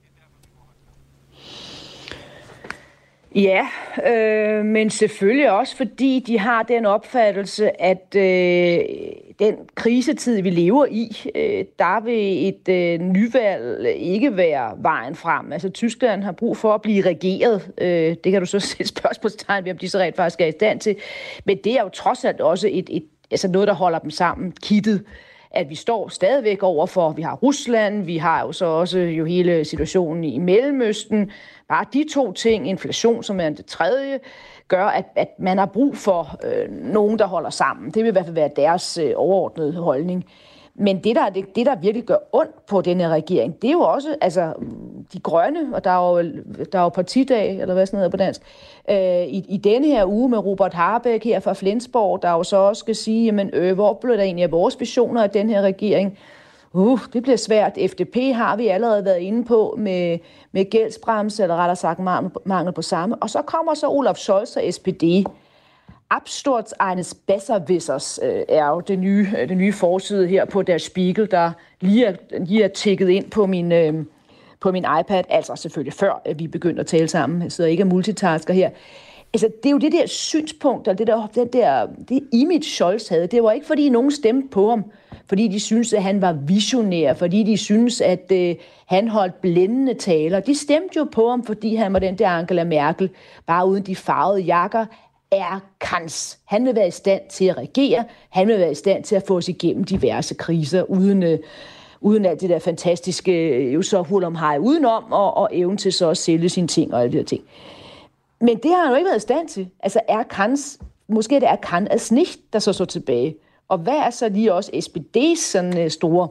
Ja, øh, men selvfølgelig også, fordi de har den opfattelse, at øh, den krisetid, vi lever i, øh, der vil et øh, nyvalg ikke være vejen frem. Altså, Tyskland har brug for at blive regeret. Øh, det kan du så sætte spørgsmålstegn ved, om de så rent faktisk er i stand til. Men det er jo trods alt også et, et, altså noget, der holder dem sammen, kittet. At vi står stadigvæk overfor, vi har Rusland, vi har jo så også jo hele situationen i Mellemøsten. Bare de to ting, inflation som er det tredje, gør, at, at man har brug for øh, nogen, der holder sammen. Det vil i hvert fald være deres øh, overordnede holdning. Men det der, det, det, der virkelig gør ondt på denne regering, det er jo også altså, de grønne, og der er jo, der er jo partidag, eller hvad sådan hedder på dansk, øh, i, i denne her uge med Robert Habeck her fra Flensborg, der jo så også skal sige, jamen, øh, hvor blev der egentlig af vores visioner af den her regering? Uh, det bliver svært. F D P har vi allerede været inde på med, med gældsbremse, eller rettere sagt mangel, mangel på samme. Og så kommer så Olaf Scholz og S P D. Absturz eines Besserwissers øh, er jo det nye, det nye forside her på Der Spiegel, der lige er, lige er tækket ind på min, øh, på min iPad. Altså selvfølgelig før at vi begyndte at tale sammen. Jeg sidder ikke og multitasker her. Altså, det er jo det der synspunkt, eller det der, det der det image, Scholz havde. Det var ikke, fordi nogen stemte på ham, fordi de syntes, at han var visionær, fordi de syntes, at øh, han holdt blændende taler. De stemte jo på ham, fordi han var den der Angela Merkel, bare uden de farvede jakker, er kans. Han vil være i stand til at regere, han vil være i stand til at få os igennem diverse kriser, uden, øh, uden alt det der fantastiske, jo så hurlum hej udenom, og, og evnen til så at sælge sine ting og alle de der ting. Men det har han jo ikke været i stand til. Altså er Kans, måske det er kan as nicht, der så så tilbage. Og hvad er så lige også S P D's sådan store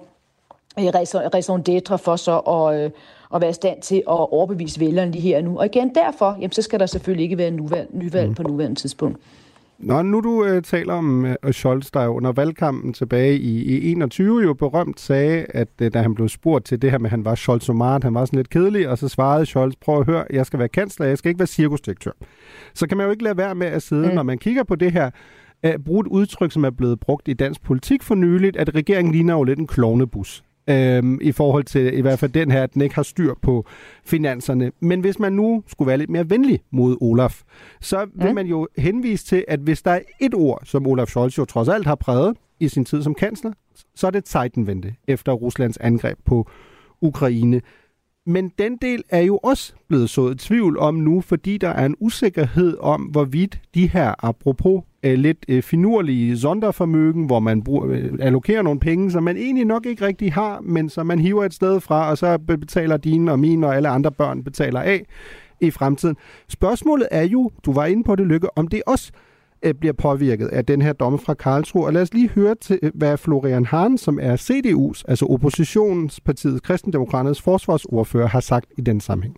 raison d'être for så at, at være i stand til at overbevise vælgerne lige her nu. Og igen derfor, jamen, så skal der selvfølgelig ikke være en nyvalg mm. på nuværende tidspunkt. Nå, nu du øh, taler om øh, Scholz, der under valgkampen tilbage i, i enogtyve jo berømt sagde, at øh, da han blev spurgt til det her med, at han var Scholzomat, han var sådan lidt kedelig, og så svarede Scholz, prøv at høre, jeg skal være kansler, jeg skal ikke være cirkusdirektør. Så kan man jo ikke lade være med at sidde, mm. når man kigger på det her, øh, bruge et udtryk, som er blevet brugt i dansk politik for nyligt, at regeringen ligner jo lidt en klovnebus. Øhm, i forhold til i hvert fald den her, at den ikke har styr på finanserne. Men hvis man nu skulle være lidt mere venlig mod Olaf, så vil mm. man jo henvise til, at hvis der er et ord, som Olaf Scholz jo trods alt har præget i sin tid som kansler, så er det Zeitenwende efter Ruslands angreb på Ukraine. Men den del er jo også blevet sået tvivl om nu, fordi der er en usikkerhed om, hvorvidt de her, apropos øh, lidt øh, finurlige sonderformøgen, hvor man bruger, øh, allokerer nogle penge, som man egentlig nok ikke rigtig har, men som man hiver et sted fra, og så betaler dine og mine og alle andre børn betaler af i fremtiden. Spørgsmålet er jo, du var inde på det, Lykke, om det også øh, bliver påvirket af den her domme fra Karlsruhe. Og lad os lige høre til, hvad Florian Hahn, som er C D U's, altså oppositionspartiet Kristendemokraternes forsvarsordfører, har sagt i den sammenhæng.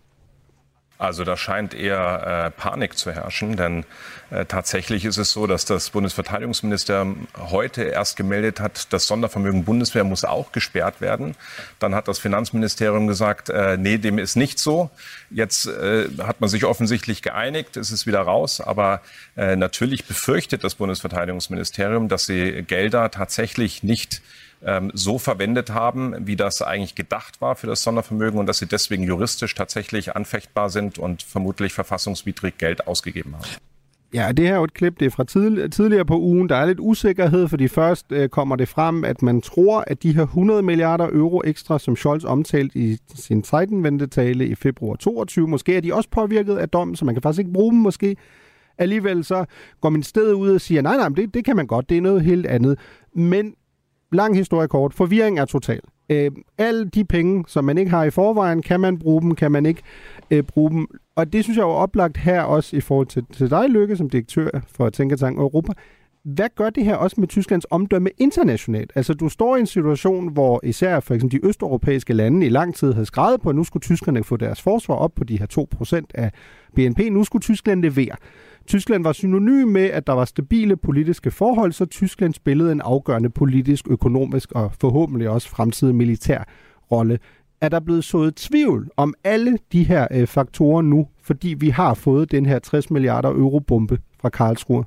Also da scheint eher äh, Panik zu herrschen, denn äh, tatsächlich ist es so, dass das Bundesverteidigungsministerium heute erst gemeldet hat, das Sondervermögen Bundeswehr muss auch gesperrt werden. Dann hat das Finanzministerium gesagt, äh, nee, dem ist nicht so. Jetzt äh, hat man sich offensichtlich geeinigt, es ist wieder raus, aber äh, natürlich befürchtet das Bundesverteidigungsministerium, dass sie Gelder tatsächlich nicht so verwendet haben, wie das eigentlich gedacht war für das Sondervermögen und dass sie deswegen juristisch tatsächlich anfechtbar sind und vermutlich verfassungswidrig Geld ausgegeben haben. Ja, det her er jo et klip, det er fra tidl- tidligere på ugen. Der er lidt usikkerhed, fordi først øh, kommer det frem, at man tror, at de her hundrede milliarder euro ekstra, som Scholz omtalte i sin Zeitenwende-tale i februar toogtyve, måske er de også påvirket af dommen, så man kan faktisk ikke bruge dem måske. Alligevel så går ministeriet ud og siger, nej, nej, det, det kan man godt, det er noget helt andet. Men lang historie kort. Forvirring er total. Øh, alle de penge, som man ikke har i forvejen, kan man bruge dem, kan man ikke øh, bruge dem. Og det synes jeg er oplagt her også i forhold til, til dig, Lykke, som direktør for Tænketanken Europa. Hvad gør det her også med Tysklands omdømme internationalt? Altså, du står i en situation, hvor især for eksempel de østeuropæiske lande i lang tid havde skrevet på, at nu skulle tyskerne få deres forsvar op på de her to procent af B N P. Nu skulle Tyskland levere. Tyskland var synonym med, at der var stabile politiske forhold, så Tyskland spillede en afgørende politisk, økonomisk og forhåbentlig også fremtidig militær rolle. Er der blevet sået tvivl om alle de her øh, faktorer nu, fordi vi har fået den her tres milliarder euro bombe fra Karlsruhe?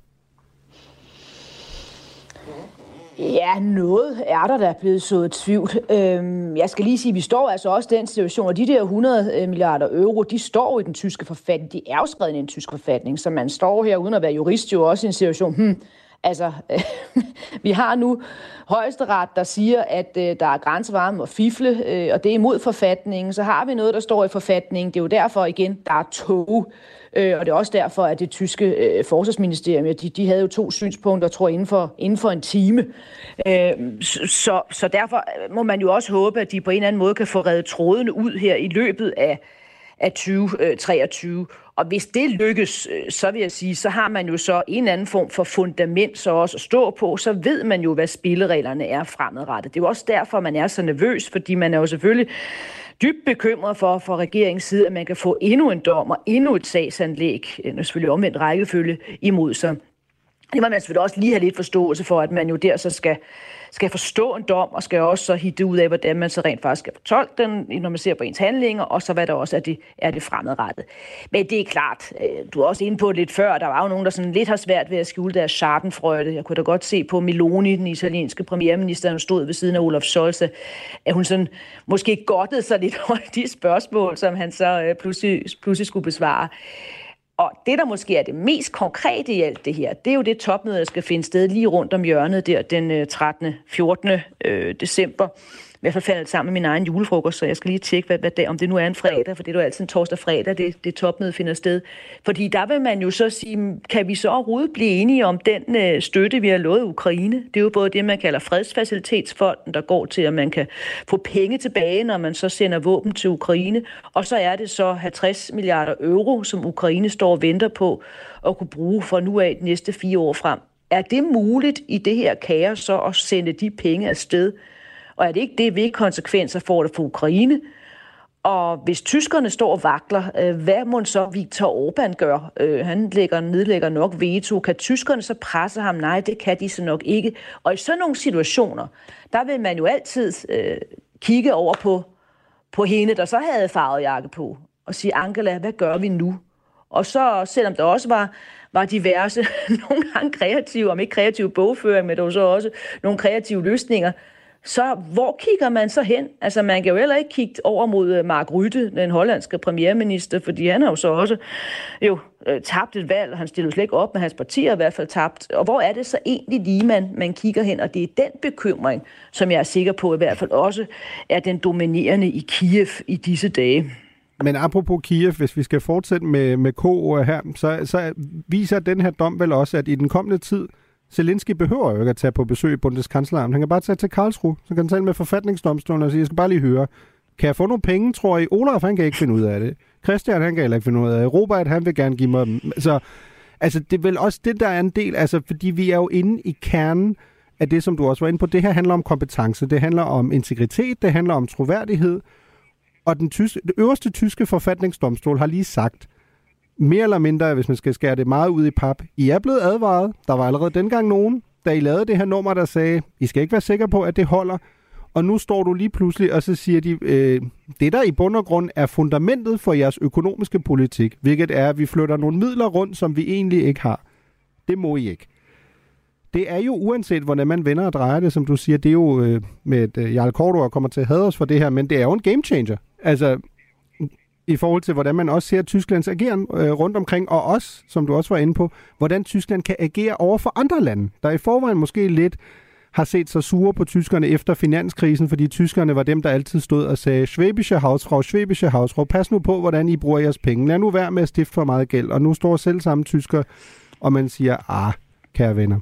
Ja, noget er der, der er blevet sået tvivl. Øhm, jeg skal lige sige, at vi står altså også i den situation, og de der hundrede milliarder euro, de står i den tyske forfatning. De er jo skrevet i en tysk forfatning, så man står her, uden at være jurist, jo også i en situation, hmm, altså, øh, vi har nu højesteret, der siger, at øh, der er grænsevarme og fifle, øh, og det er imod forfatningen. Så har vi noget, der står i forfatningen. Det er jo derfor igen, der er tog. Øh, og det er også derfor, at det tyske øh, forsvarsministerium, ja, de, de havde jo to synspunkter, tror jeg, inden for, inden for en time. Øh, så, så derfor må man jo også håbe, at de på en eller anden måde kan få reddet trådene ud her i løbet af, af tyve treogtyve. Og hvis det lykkes, så vil jeg sige, så har man jo så en anden form for fundament så også at stå på, så ved man jo, hvad spillereglerne er fremadrettet. Det er jo også derfor, man er så nervøs, fordi man er jo selvfølgelig dybt bekymret for, fra regeringens side, at man kan få endnu en dom og endnu et sagsanlæg, selvfølgelig omvendt rækkefølge, imod sig. Det må man selvfølgelig også lige have lidt forståelse for, at man jo der så skal, skal forstå en dom, og skal også så hitte ud af, hvordan man så rent faktisk skal fortolke den, når man ser på ens handlinger, og så hvad der også er det, er det fremadrettet. Men det er klart, du er også inde på det lidt før, der var jo nogen, der sådan lidt har svært ved at skjule deres schadenfreude. Jeg kunne da godt se på Meloni, den italienske premierminister, der stod ved siden af Olaf Scholz, at hun sådan måske godtede sig lidt over de spørgsmål, som han så pludselig, pludselig skulle besvare. Og det, der måske er det mest konkrete i alt det her, det er jo det topmøde, der skal finde sted lige rundt om hjørnet der den trettende fjortende december. I hvert fald faldet sammen med min egen julefrokost, så jeg skal lige tjekke, hvad, hvad dag, om det nu er en fredag, for det er jo altid en torsdag fredag, det, det topmøde finder sted. Fordi der vil man jo så sige, kan vi så overhovedet blive enige om den øh, støtte, vi har lovet Ukraine? Det er jo både det, man kalder fredsfacilitetsfonden, der går til, at man kan få penge tilbage, når man så sender våben til Ukraine. Og så er det så halvtreds milliarder euro, som Ukraine står og venter på at kunne bruge fra nu af de næste fire år frem. Er det muligt i det her kaos så at sende de penge afsted? Og er det ikke det, hvilke konsekvenser får det for Ukraine? Og hvis tyskerne står og vakler, hvad må så Viktor Orbán gør? Han lægger, nedlægger nok veto. Kan tyskerne så presse ham? Nej, det kan de så nok ikke. Og i sådan nogle situationer, der vil man jo altid øh, kigge over på, på hende, der så havde farvejakke på, og sige, Angela, hvad gør vi nu? Og så, selvom der også var, var diverse, nogle gange kreative, om ikke kreative bogføring, men der var så også nogle kreative løsninger, så hvor kigger man så hen? Altså man kan jo heller ikke kigge over mod Mark Rutte, den hollandske premierminister, fordi han har jo så også jo øh, tabt et valg, og han stillede slet ikke op, med hans parti har i hvert fald tabt. Og hvor er det så egentlig lige, man, man kigger hen? Og det er den bekymring, som jeg er sikker på i hvert fald også er den dominerende i Kiev i disse dage. Men apropos Kiev, hvis vi skal fortsætte med, med K-ord her, så, så viser den her dom vel også, at i den kommende tid, Zelensky behøver jo ikke at tage på besøg i Bundeskanzleramt. Han kan bare tage til Karlsruhe, så kan han tale med forfatningsdomstolen og sige, jeg skal bare lige høre, kan jeg få nogle penge, tror I? Olaf, han kan ikke finde ud af det. Christian, han kan heller ikke finde ud af det. Robert, han vil gerne give mig dem. Så, altså, det er vel også det, der er en del, altså, fordi vi er jo inde i kernen af det, som du også var inde på. Det her handler om kompetence, det handler om integritet, det handler om troværdighed. Og den tyske, det øverste tyske forfatningsdomstol har lige sagt, mere eller mindre, hvis man skal skære det meget ud i pap, I er blevet advaret. Der var allerede dengang nogen, da I lavede det her nummer, der sagde, I skal ikke være sikre på, at det holder. Og nu står du lige pludselig, og så siger de, øh, det der i bund og grund er fundamentet for jeres økonomiske politik, hvilket er, at vi flytter nogle midler rundt, som vi egentlig ikke har. Det må I ikke. Det er jo uanset, hvordan man vender og drejer det, som du siger, det er jo øh, med øh, Jarl Korydor kommer til at hade os for det her, men det er jo en game changer. Altså, i forhold til, hvordan man også ser Tysklands ageren øh, rundt omkring, og også, som du også var inde på, hvordan Tyskland kan agere over for andre lande, der i forvejen måske lidt har set sig sure på tyskerne efter finanskrisen, fordi tyskerne var dem, der altid stod og sagde, Schwäbische Hausfrau, Schwäbische Hausfrau, pas nu på, hvordan I bruger jeres penge. Lad nu være med at stifte for meget gæld. Og nu står selv samme tysker, og man siger, ah, kære venner.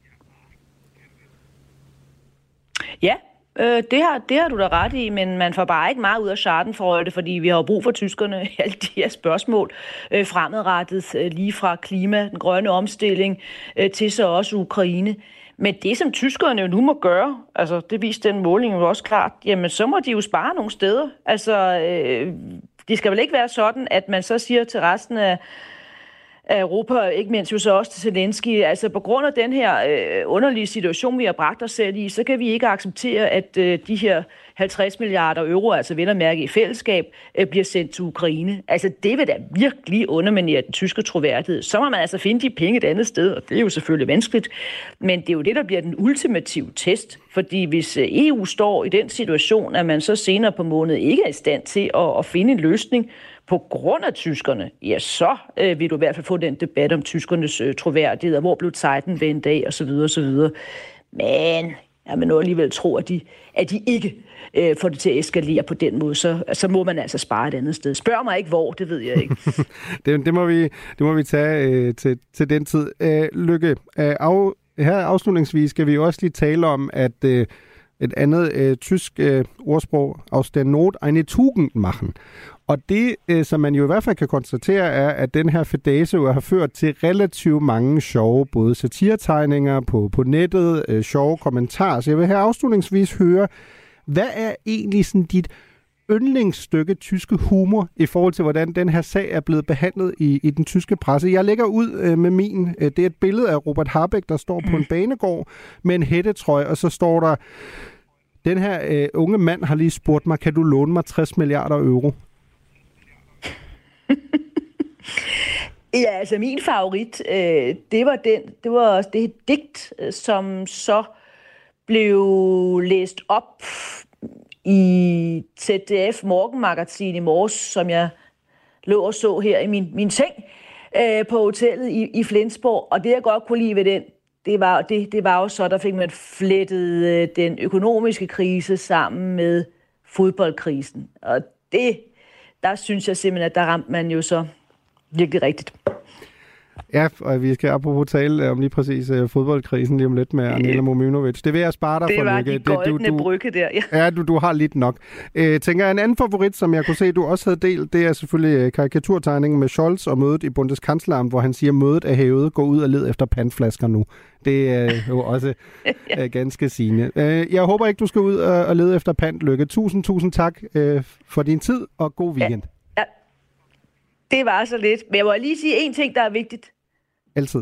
Ja, øh, det, har, det har du da ret i, men man får bare ikke meget ud af schadenfreude, fordi vi har jo brug for tyskerne i alle de her spørgsmål øh, fremadrettet, øh, lige fra klima, den grønne omstilling, øh, til så også Ukraine. Men det, som tyskerne jo nu må gøre, altså det viste den måling jo også klart, jamen så må de jo spare nogle steder. Altså, øh, det skal vel ikke være sådan, at man så siger til resten af af Europa, ikke mindst jo så også til Zelensky, altså på grund af den her øh, underlige situation, vi har bragt os selv i, så kan vi ikke acceptere, at øh, de her halvtreds milliarder euro, altså vel at mærke i fællesskab, øh, bliver sendt til Ukraine. Altså det vil da virkelig underminere den tyske troværdighed. Så må man altså finde de penge et andet sted, og det er jo selvfølgelig vanskeligt, men det er jo det, der bliver den ultimative test, fordi hvis E U står i den situation, at man så senere på måneden ikke er i stand til at, at finde en løsning, på grund af tyskerne, ja, så øh, vil du i hvert fald få den debat om tyskernes øh, troværdighed, og hvor blev Zeiten vendt af, og så videre, og så videre. Men jeg vil nu alligevel tro, at de, at de ikke øh, får det til at eskalere på den måde, så, så må man altså spare et andet sted. Spørg mig ikke hvor, det ved jeg ikke. det, det, må vi, det må vi tage øh, til, til den tid. Øh, Lykke, øh, af, her afslutningsvis skal vi også lige tale om, at øh, et andet øh, tysk øh, ordsprog, aus der Not eine Tugend machen. Og det, øh, som man jo i hvert fald kan konstatere, er, at den her fadæse jo har ført til relativt mange sjove, både satiretegninger på, på nettet, øh, sjove kommentarer. Så jeg vil her afslutningsvis høre, hvad er egentlig sådan dit yndlingsstykke tyske humor i forhold til, hvordan den her sag er blevet behandlet i, i den tyske presse. Jeg lægger ud øh, med min. Øh, det er et billede af Robert Habeck, der står på en banegård med en hættetrøje, og så står der, den her øh, unge mand har lige spurgt mig, kan du låne mig tres milliarder euro? Ja, altså min favorit, øh, det var den, det var det digt, som så blev læst op i Z D F Morgenmagasin i morges, som jeg lå og så her i min, min seng øh, på hotellet i, i Flensborg. Og det, jeg godt kunne lide ved den, det var, det, det var jo så, der fik man flettet øh, den økonomiske krise sammen med fodboldkrisen. Og det, der synes jeg simpelthen, at der ramte man jo så virkelig rigtigt. Ja, og vi skal apropos tale om lige præcis uh, fodboldkrisen lige om lidt med Anela Mominovic. Det vil jeg spare dig det for, var Lykke. Det var de goldne brygge der, ja. Ja, du, du har lidt nok. Uh, tænker jeg, en anden favorit, som jeg kunne se, du også havde delt, det er selvfølgelig uh, karikaturtegningen med Scholz og mødet i Bundeskanzleramt, hvor han siger, mødet er hævet, gå ud og led efter pantflasker nu. Det er uh, jo også uh, ganske sigende. Uh, jeg håber ikke, du skal ud og, og lede efter pant, Lykke. Tusind, tusind tak uh, for din tid, og god weekend. Ja, ja. Det var så lidt. Men jeg må lige sige en ting, der er vigtigt. Altid.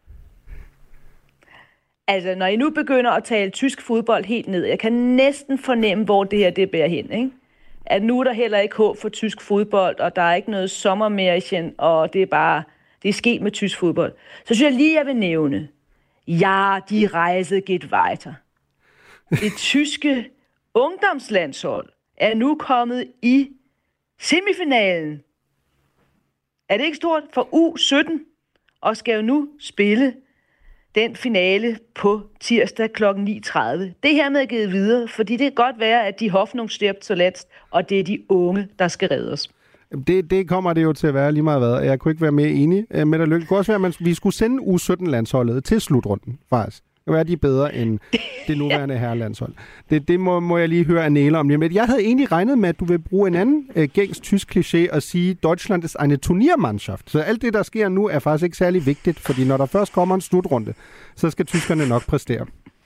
Altså, når I nu begynder at tale tysk fodbold helt ned, jeg kan næsten fornemme, hvor det her det bærer hen, ikke? At nu er der heller ikke håb for tysk fodbold, og der er ikke noget sommermærchen, og det er bare, det er sket med tysk fodbold. Så synes jeg lige, jeg vil nævne, ja, de Reise geht weiter. Det tyske ungdomslandshold er nu kommet i semifinalen. Er det ikke stort for U sytten? Og skal jo nu spille den finale på tirsdag klokken ni tredive. Det her med at give videre, fordi det kan godt være, at de Hoffnung stirbt så let, og det er de unge, der skal reddes. Det, det kommer det jo til at være lige meget hvad. Jeg kunne ikke være mere enig med dig, Lykke. Det kunne også være, at vi skulle sende U sytten-landsholdet til slutrunden, faktisk. Det var de bedre end det nuværende ja. herrelandshold. Det, det må, må jeg lige høre Anela om lige. Men jeg havde egentlig regnet med, at du vil bruge en anden øh, gængs tysk kliché og sige, Deutschland ist eine Turniermannschaft. Så alt det, der sker nu, er faktisk ikke særlig vigtigt, fordi når der først kommer en slutrunde, så skal tyskerne nok præstere.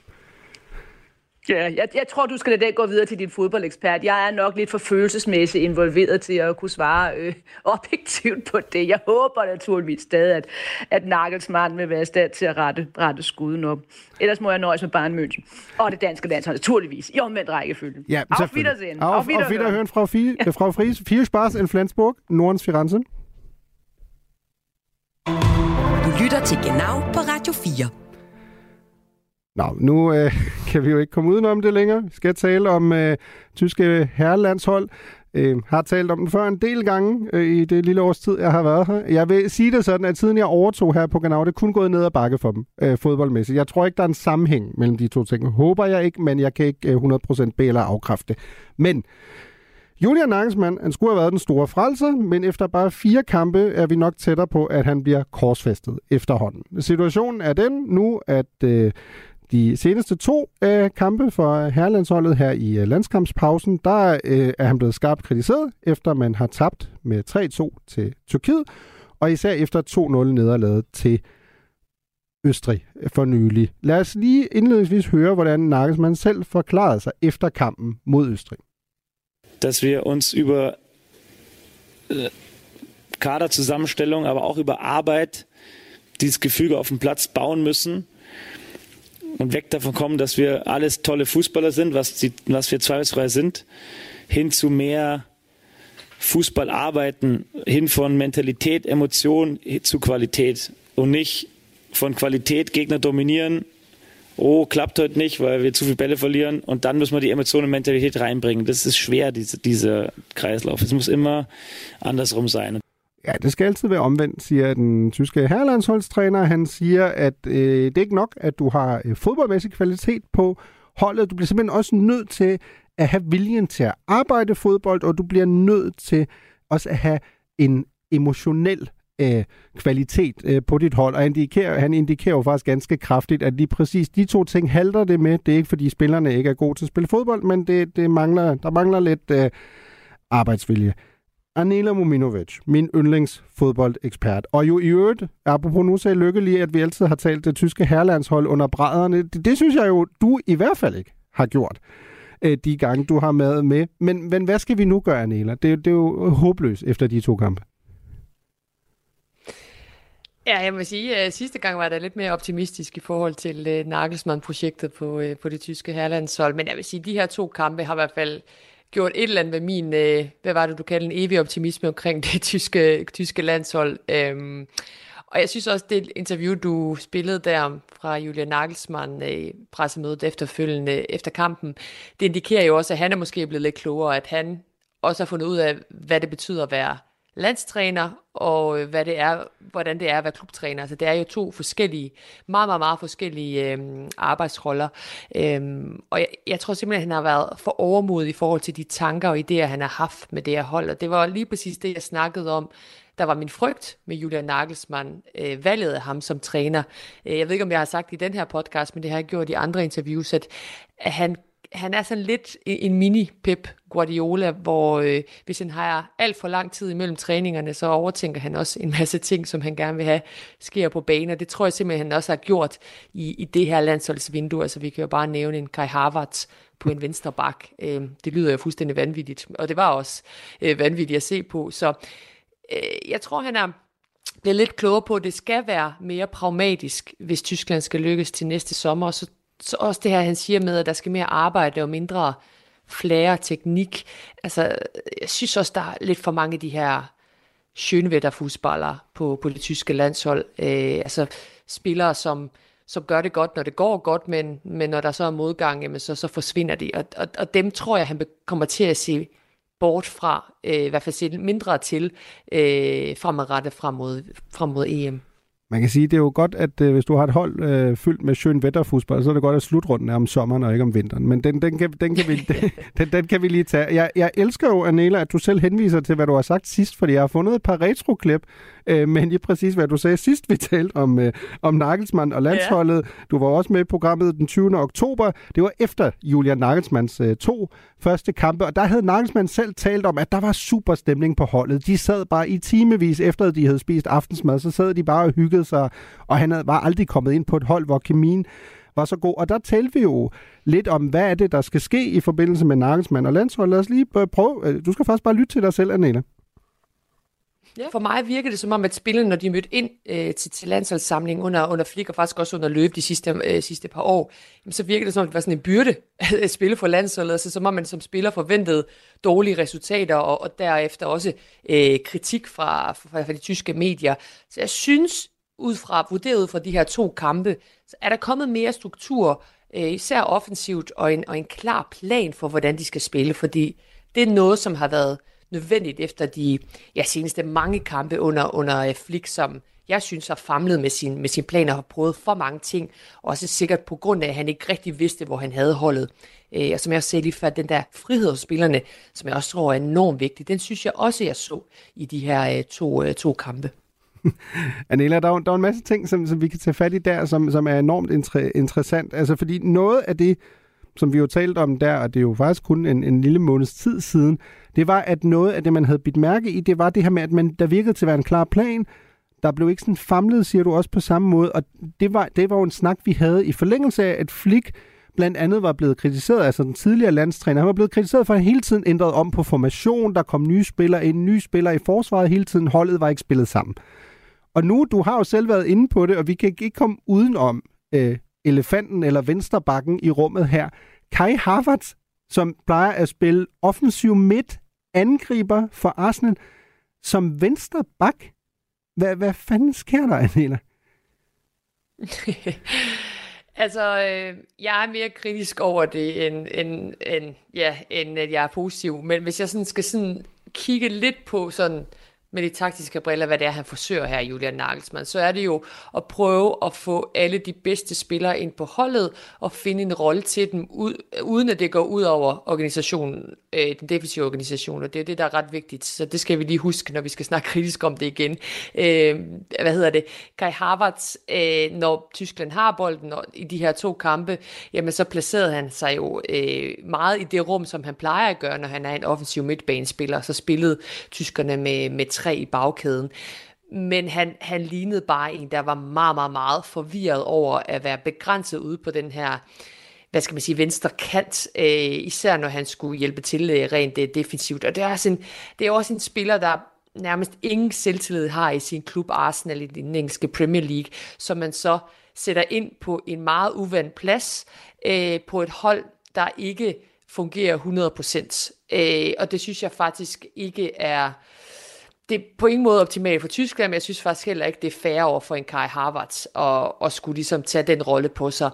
Ja, jeg, jeg tror, du skal lade den gå videre til din fodboldekspert. Jeg er nok lidt for følelsesmæssigt involveret til at kunne svare øh, objektivt på det. Jeg håber naturligvis stadig, at, at Nagelsmann vil være i stand til at rette, rette skuden op. Ellers må jeg nøjes med Bayern München. Og det danske landshold, naturligvis. I omvendt rækkefølge. Ja, auf Wiedersehen. Auf, auf Wiederhören. Auf Wiederhören, Frau, Fie, ja. Frau Fries. Viel Spaß in Flensburg, Nordens Firenze. Du lytter til Genau på Radio fire. Nå, nu øh, kan vi jo ikke komme udenom det længere. Vi skal tale om øh, tyske herrelandshold. Øh, har talt om den før en del gange øh, i det lille års tid, jeg har været her. Jeg vil sige det sådan, at siden jeg overtog her på Genau, det er kun gået ned ad bakke for dem øh, fodboldmæssigt. Jeg tror ikke, der er en sammenhæng mellem de to ting. Håber jeg ikke, men jeg kan ikke øh, hundrede procent bede eller afkræfte. Men Julian Nagelsmann, han skulle have været den store frelser, men efter bare fire kampe er vi nok tættere på, at han bliver korsfæstet efterhånden. Situationen er den nu, at øh, de seneste to øh, kampe for herrelandsholdet her i øh, landskampspausen, der øh, er han blevet skarpt kritiseret, efter man har tabt med tre to til Tyrkiet, og især efter to nul nederlaget til Østrig for nylig. Lad os lige indledningsvis høre, hvordan Nagelsmann selv forklarede sig efter kampen mod Østrig. Dass wir uns über äh, Kaderzusammenstellung, aber auch über Arbeit dieses Gefüge auf dem Platz bauen müssen und weg davon kommen, dass wir alles tolle Fußballer sind, was, die, was wir zweifelsfrei sind, hin zu mehr Fußballarbeiten, hin von Mentalität, Emotion zu Qualität und nicht von Qualität Gegner dominieren. Oh, klappt heute nicht, weil wir zu viele Bälle verlieren und dann müssen wir die Emotionen und Mentalität reinbringen. Das ist schwer, diese, dieser Kreislauf. Es muss immer andersrum sein. Ja, det skal altid være omvendt, siger den tyske herrelandsholdstræner. Han siger, at øh, det er ikke nok, at du har øh, fodboldmæssig kvalitet på holdet. Du bliver simpelthen også nødt til at have viljen til at arbejde fodbold, og du bliver nødt til også at have en emotionel øh, kvalitet øh, på dit hold. Og han indikerer, han indikerer jo faktisk ganske kraftigt, at lige præcis de to ting halter det med. Det er ikke, fordi spillerne ikke er gode til at spille fodbold, men det, det mangler, der mangler lidt øh, arbejdsvilje. Anela Mominovic, min yndlingsfodboldekspert. Og jo i øvrigt, apropos nu sagde Lykke lige, at vi altid har talt det tyske herrelandshold under brædderne. Det, det synes jeg jo, du i hvert fald ikke har gjort. øh, de gange, du har med med. Men, men hvad skal vi nu gøre, Nela? Det, det er jo håbløst efter de to kampe. Ja, jeg må sige, at sidste gang var jeg lidt mere optimistisk i forhold til uh, Nagelsmann-projektet på, uh, på det tyske herlandshold. Men jeg vil sige, at de her to kampe har i hvert fald gjort et eller andet ved min, uh, hvad var det, du kaldte en evig optimisme omkring det tyske, tyske landshold. Um, og jeg synes også, det interview, du spillede der fra Julian Nagelsmann, uh, pressemødet efterfølgende efter kampen, det indikerer jo også, at han er måske blevet lidt klogere, at han også har fundet ud af, hvad det betyder at være landstræner, og hvad det er, hvordan det er at være klubtræner. Altså, det er jo to forskellige, meget, meget, meget forskellige øhm, arbejdsroller. Øhm, og jeg, jeg tror simpelthen, at han har været for overmodig i forhold til de tanker og idéer, han har haft med det her hold. Og det var lige præcis det, jeg snakkede om. Der var min frygt med Julian Nagelsmann, øh, valget af ham som træner. Jeg ved ikke, om jeg har sagt det i den her podcast, men det har jeg gjort i andre interviews, at, at han Han er sådan lidt en mini-Pep Guardiola, hvor øh, hvis han har alt for lang tid imellem træningerne, så overtænker han også en masse ting, som han gerne vil have sker på banen. Og det tror jeg simpelthen, han også har gjort i, i det her landsholdsvindue. Altså vi kan jo bare nævne en Kai Havertz på en venstre bak. Øh, det lyder jo fuldstændig vanvittigt, og det var også øh, vanvittigt at se på. Så øh, jeg tror, han er blevet lidt klogere på, at det skal være mere pragmatisk, hvis Tyskland skal lykkes til næste sommer. Så Så også det her, han siger med, at der skal mere arbejde og mindre flære teknik. Altså, jeg synes også, der er lidt for mange af de her Schönwetter-fodboldspillere på, på det tyske landshold. Øh, altså, spillere, som, som gør det godt, når det går godt, men, men når der så er modgang, jamen, så, så forsvinder de. Og, og, og dem tror jeg, han kommer til at se bort fra, øh, i hvert fald se mindre til, øh, fremadrettet frem mod, frem mod E M. Man kan sige, det er jo godt, at øh, hvis du har et hold øh, fyldt med Schönwetter-fodbold, så er det godt, at slutrunden er om sommeren og ikke om vinteren. Men den, den, kan, den, kan, vi, den, den kan vi lige tage. Jeg, jeg elsker jo, Anela, at du selv henviser til, hvad du har sagt sidst, fordi jeg har fundet et par retro-klip, øh, men lige præcis, hvad du sagde sidst, vi talte om, øh, om Nagelsmann og landsholdet. Ja. Du var også med i programmet den tyvende oktober. Det var efter Julian Nagelsmanns øh, to første kampe, og der havde Nagelsmann selv talt om, at der var super stemning på holdet. De sad bare i timevis efter, at de havde spist aftensmad, så sad de bare og hyggede sig, og han var aldrig kommet ind på et hold, hvor kemien var så god. Og der talte vi jo lidt om, hvad er det, der skal ske i forbindelse med Nagelsmann og landshold. Lad os lige prøve. Du skal faktisk bare lytte til dig selv, Anela. Ja. For mig virker det som om, at spillerne, når de mødte ind øh, til, til landsholdssamlingen under, under Flick, og faktisk også under løb de sidste, øh, sidste par år, jamen, så virker det som om, det var sådan en byrde at spille for landsholdet. Altså, som om man som spiller forventede dårlige resultater, og, og derefter også øh, kritik fra, fra, fra de tyske medier. Så jeg synes, ud fra, vurderet ud fra de her to kampe, så er der kommet mere struktur, øh, især offensivt, og en, og en klar plan for, hvordan de skal spille, fordi det er noget, som har været nødvendigt efter de ja, seneste mange kampe under, under Flick, som jeg synes har famlet med sin, med sin plan og har prøvet for mange ting, også sikkert på grund af, at han ikke rigtig vidste, hvor han havde holdet. Øh, og som jeg også sagde lige før, den der frihed hos spillerne, som jeg også tror er enormt vigtig, den synes jeg også, jeg så i de her øh, to, øh, to kampe. Anela, der er, der er en masse ting, som, som vi kan tage fat i der, som, som er enormt inter- interessant. Altså, fordi noget af det, som vi jo talt om der, og det er jo faktisk kun en, en lille måneds tid siden, det var, at noget af det, man havde bidt mærke i, det var det her med, at man, der virkede til at være en klar plan. Der blev ikke sådan famlet, siger du også på samme måde, og det var, det var jo en snak, vi havde i forlængelse af, at Flick blandt andet var blevet kritiseret, altså den tidligere landstræner, han var blevet kritiseret for, at han hele tiden ændrede om på formation, der kom nye spillere ind, nye spillere i forsvaret hele tiden, holdet var ikke spillet sammen. Og nu, du har jo selv været inde på det, og vi kan ikke komme udenom øh, elefanten eller venstrebakken i rummet her. Kai Havertz, som plejer at spille offensiv midt angriber for Arsenal, som venstrebak. Hvad, hvad fanden sker der, Anela? Altså, øh, jeg er mere kritisk over det, end, end, end, ja, end at jeg er positiv. Men hvis jeg sådan skal sådan kigge lidt på sådan med de taktiske briller, hvad det er, han forsøger her, Julian Nagelsmann, så er det jo at prøve at få alle de bedste spillere ind på holdet og finde en rolle til dem, uden at det går ud over organisationen, øh, den defensive organisation, og det er det, der er ret vigtigt. Så det skal vi lige huske, når vi skal snakke kritisk om det igen. Øh, hvad hedder det? Kai Havertz, øh, når Tyskland har bolden og i de her to kampe, jamen så placerede han sig jo øh, meget i det rum, som han plejer at gøre, når han er en offensiv midtbanespiller. Så spillede tyskerne med, med tre i bagkæden. Men han, han lignede bare en, der var meget, meget, meget forvirret over at være begrænset ude på den her hvad skal man sige, venstre kant, øh, især når han skulle hjælpe til øh, rent øh, defensivt. Og det er, sådan, det er også en spiller, der nærmest ingen selvtillid har i sin klub Arsenal i den engelske Premier League, som man så sætter ind på en meget uvandt plads øh, på et hold, der ikke fungerer hundrede procent. Øh, og det synes jeg faktisk ikke er... Det er på ingen måde optimalt for Tyskland, men jeg synes faktisk heller ikke, det er fair over for en Kai Havertz og, og skulle ligesom tage den rolle på sig.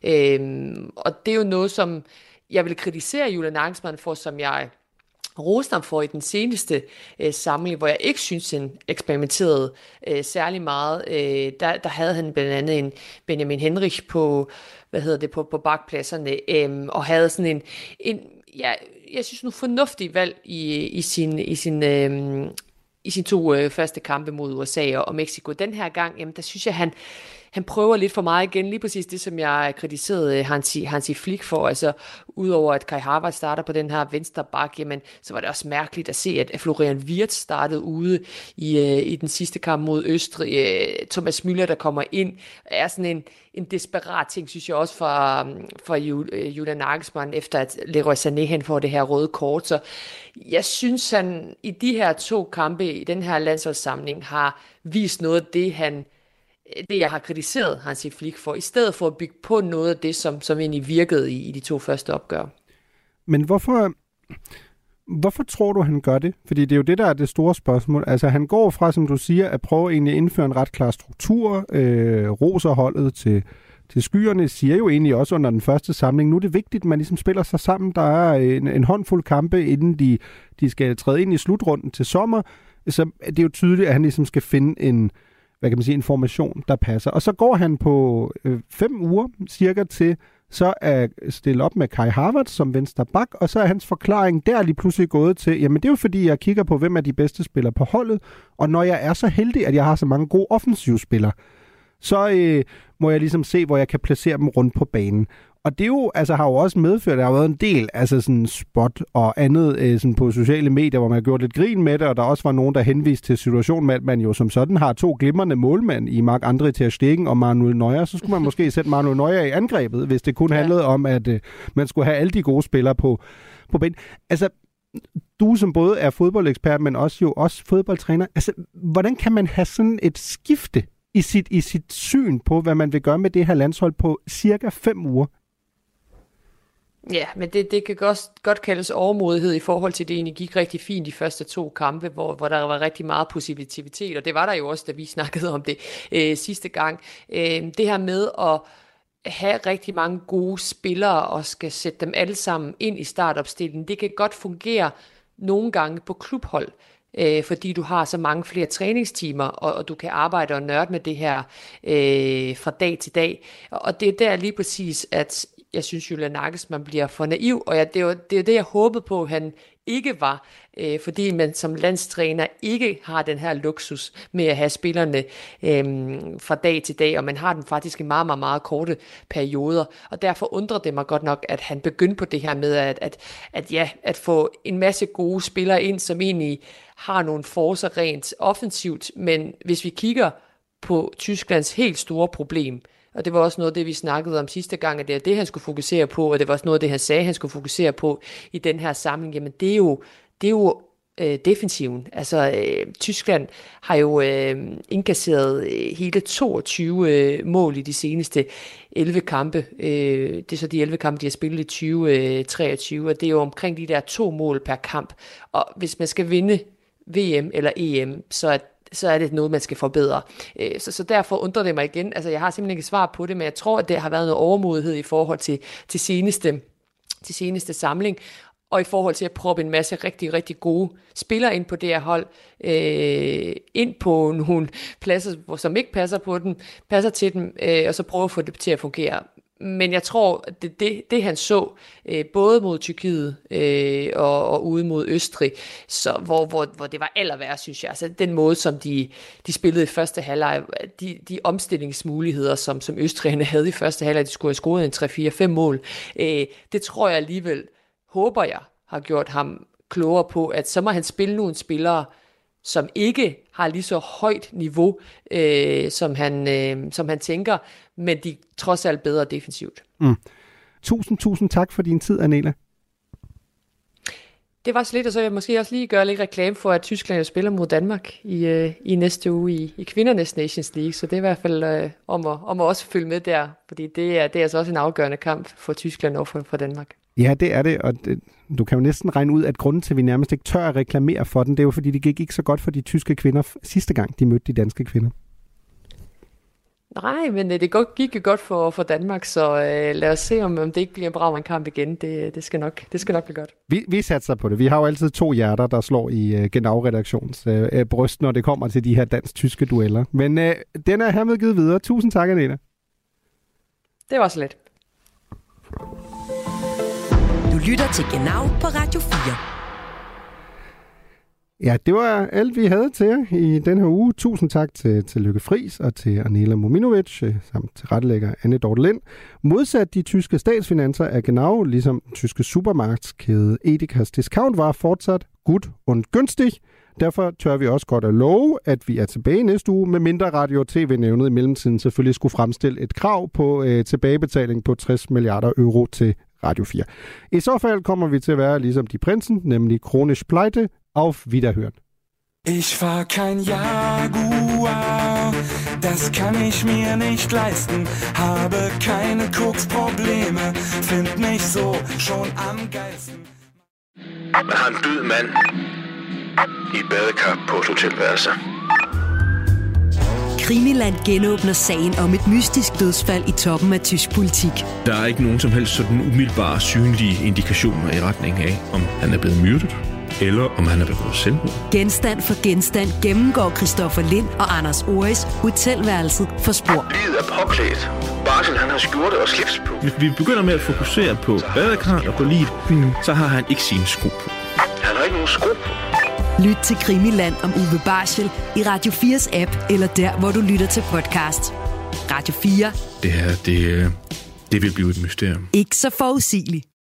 Øhm, og det er jo noget, som jeg vil kritisere Julian Nagelsmann for, som jeg roste ham for i den seneste øh, samling, hvor jeg ikke synes, han eksperimenterede øh, særlig meget. Øh, der, der havde han blandt andet en Benjamin Henrich på, hvad hedder det, på, på bakpladserne, øh, og havde sådan en, en ja, jeg synes nu fornuftig valg i, i sin, i sin øh, i sine to øh, første kampe mod U S A og, og Mexico. Den her gang, jamen, der synes jeg, han, han prøver lidt for meget igen. Lige præcis det, som jeg kritiserede Hansi, Hansi Flick for. Altså, udover at Kai Havertz starter på den her venstre bak, jamen, så var det også mærkeligt at se, at Florian Wirtz startede ude i, øh, i den sidste kamp mod Østrig. Øh, Thomas Müller, der kommer ind, er sådan en, en desperat ting, synes jeg også, for, for Julian Nagelsmann, efter at Leroy Sané han får det her røde kort. Så jeg synes, han i de her to kampe i den her landsholdssamling har vist noget af det, han det jeg har kritiseret Hansi Flick for, i stedet for at bygge på noget af det, som, som egentlig virkede i, i de to første opgør. Men hvorfor, hvorfor tror du, han gør det? Fordi det er jo det, der er det store spørgsmål. Altså, han går fra, som du siger, at prøve egentlig at indføre en ret klar struktur, øh, roser holdet til, til skyerne, siger jo egentlig også under den første samling, nu er det vigtigt, at man ligesom spiller sig sammen. Der er en, en håndfuld kampe, inden de, de skal træde ind i slutrunden til sommer. Så det er jo tydeligt, at han ligesom skal finde en hvad kan man sige, information, der passer. Og så går han på øh, fem uger cirka til så at stille op med Kai Havertz som venstre bak, og så er hans forklaring der lige pludselig gået til, jamen det er jo fordi, jeg kigger på, hvem er de bedste spillere på holdet, og når jeg er så heldig, at jeg har så mange gode offensivspillere, så øh, må jeg ligesom se, hvor jeg kan placere dem rundt på banen. Og det jo, altså, har jo også medført, at der har været en del altså sådan spot og andet øh, sådan på sociale medier, hvor man har gjort lidt grin med det, og der også var nogen, der henviste til situationen med, at man jo som sådan har to glimrende målmænd i Marc-André ter Stegen og Manuel Neuer. Så skulle man måske sætte Manuel Neuer i angrebet, hvis det kun handlede om, at øh, man skulle have alle de gode spillere på, på banen. Altså, du som både er fodboldekspert, men også jo også fodboldtræner, altså, hvordan kan man have sådan et skifte i sit, i sit syn på, hvad man vil gøre med det her landshold på cirka fem uger? Ja, men det, det kan godt, godt kaldes overmodighed i forhold til, det egentlig gik rigtig fint de første to kampe, hvor, hvor der var rigtig meget positivitet, og det var der jo også, da vi snakkede om det øh, sidste gang. Øh, det her med at have rigtig mange gode spillere og skal sætte dem alle sammen ind i startopstillingen, det kan godt fungere nogle gange på klubhold, øh, fordi du har så mange flere træningstimer, og, og du kan arbejde og nørde med det her øh, fra dag til dag. Og det er der lige præcis, at jeg synes, Julian Nagelsmann bliver for naiv, og jeg, det er jo det, er det, jeg håbede på, han ikke var, øh, fordi man som landstræner ikke har den her luksus med at have spillerne øh, fra dag til dag, og man har dem faktisk i meget, meget, meget korte perioder, og derfor undrer det mig godt nok, at han begyndte på det her med at, at, at, ja, at få en masse gode spillere ind, som egentlig har nogle forcer rent offensivt, men hvis vi kigger på Tysklands helt store problem, og det var også noget af det, vi snakkede om sidste gang, at det er det, han skulle fokusere på, og det var også noget af det, han sagde, han skulle fokusere på i den her samling. Jamen, det er jo, det er jo øh, defensiven. Altså, øh, Tyskland har jo øh, indkasseret øh, hele toogtyve øh, mål i de seneste elleve kampe. Øh, det er så de elleve kampe, de har spillet i tyve treogtyve, og det er jo omkring de der to mål per kamp. Og hvis man skal vinde V M eller E M, så er så er det noget, man skal forbedre. Så, så derfor undrer det mig igen. Altså, jeg har simpelthen ikke svar på det, men jeg tror, at det har været noget overmodighed i forhold til, til, seneste, til seneste samling, og i forhold til at proppe en masse rigtig, rigtig gode spillere ind på det her hold, øh, ind på nogle pladser, som ikke passer på dem, passer til dem, øh, og så prøve at få det til at fungere. Men jeg tror, at det, det, det han så, øh, både mod Tyrkiet øh, og, og ude mod Østrig, så, hvor, hvor, hvor det var aller værre, synes jeg. Altså den måde, som de, de spillede i første halvleg, de, de omstillingsmuligheder, som, som østrigerne havde i første halvleg, de skulle have scoret en tre fire fem mål, øh, det tror jeg alligevel, håber jeg, har gjort ham klogere på, at så må han spille nogle spillere, som ikke har lige så højt niveau, øh, som, han, øh, som han tænker, men de trods alt bedre defensivt. Mm. Tusind, tusind tak for din tid, Anela. Det var så lidt, og så vil jeg måske også lige gøre lidt reklame for, at Tyskland spiller mod Danmark i, øh, i næste uge i, i kvindernes Nations League, så det er i hvert fald øh, om, at, om at også følge med der, fordi det er, det er altså også en afgørende kamp for Tyskland og for, for Danmark. Ja, det er det, og det, du kan jo næsten regne ud, at grunden til, at vi nærmest ikke tør at reklamere for den, det er jo fordi, det gik ikke så godt for de tyske kvinder sidste gang, de mødte de danske kvinder. Nej, men det gik jo godt for, for Danmark, så øh, lad os se, om, om det ikke bliver en Braumann-kamp igen. Det, det, skal nok, det skal nok blive godt. Vi, vi satser på det. Vi har jo altid to hjerter, der slår i uh, Genau-redaktions uh, bryst, når det kommer til de her dansk-tyske dueller. Men uh, den er hermed givet videre. Tusind tak, Anela. Det var så let. Du lytter til Genau på Radio fire. Ja, det var alt, vi havde til jer i den her uge. Tusind tak til, til Lykke Friis og til Anela Mominovic, samt til rettelægger Anne Dorte Lind. Modsat de tyske statsfinanser er Genau, ligesom den tyske supermarkedskæde Edekas discount, var fortsat gut und günstig. Derfor tør vi også godt at love, at vi er tilbage næste uge, med mindre Radio og T V-nævnet i mellemtiden selvfølgelig skulle fremstille et krav på øh, tilbagebetaling på tres milliarder euro til Radio fire. I så fald kommer vi til at være ligesom de prinsen, nemlig kronisk pleite. Auf Wiederhören. Ich fahr kein Jaguar, das kann ich mir nicht leisten, habe keine Koksprobleme, find mich so schon am geilsten. Man har en død mand i badekar på et hotelværelse. Krimiland genåbner sagen om et mystisk dødsfald i toppen af tysk politik. Der er ikke nogen som helst sådan umiddelbare synlige indikationer i retning af, om han er blevet myrdet, eller om han er begået selvmord. Genstand for genstand gennemgår Christoffer Lind og Anders Oris hotelværelset for spor. Livet er påklædt. Barsel, han har skjorte og slips på. Hvis vi begynder med at fokusere på badekar og på livet, så har han ikke sine sko på. Han har ikke nogen sko på. Lyt til Krimiland om Uwe Barschel i Radio fires app, eller der, hvor du lytter til podcast. Radio fire. Det her, det, det vil blive et mysterium. Ikke så forudsigeligt.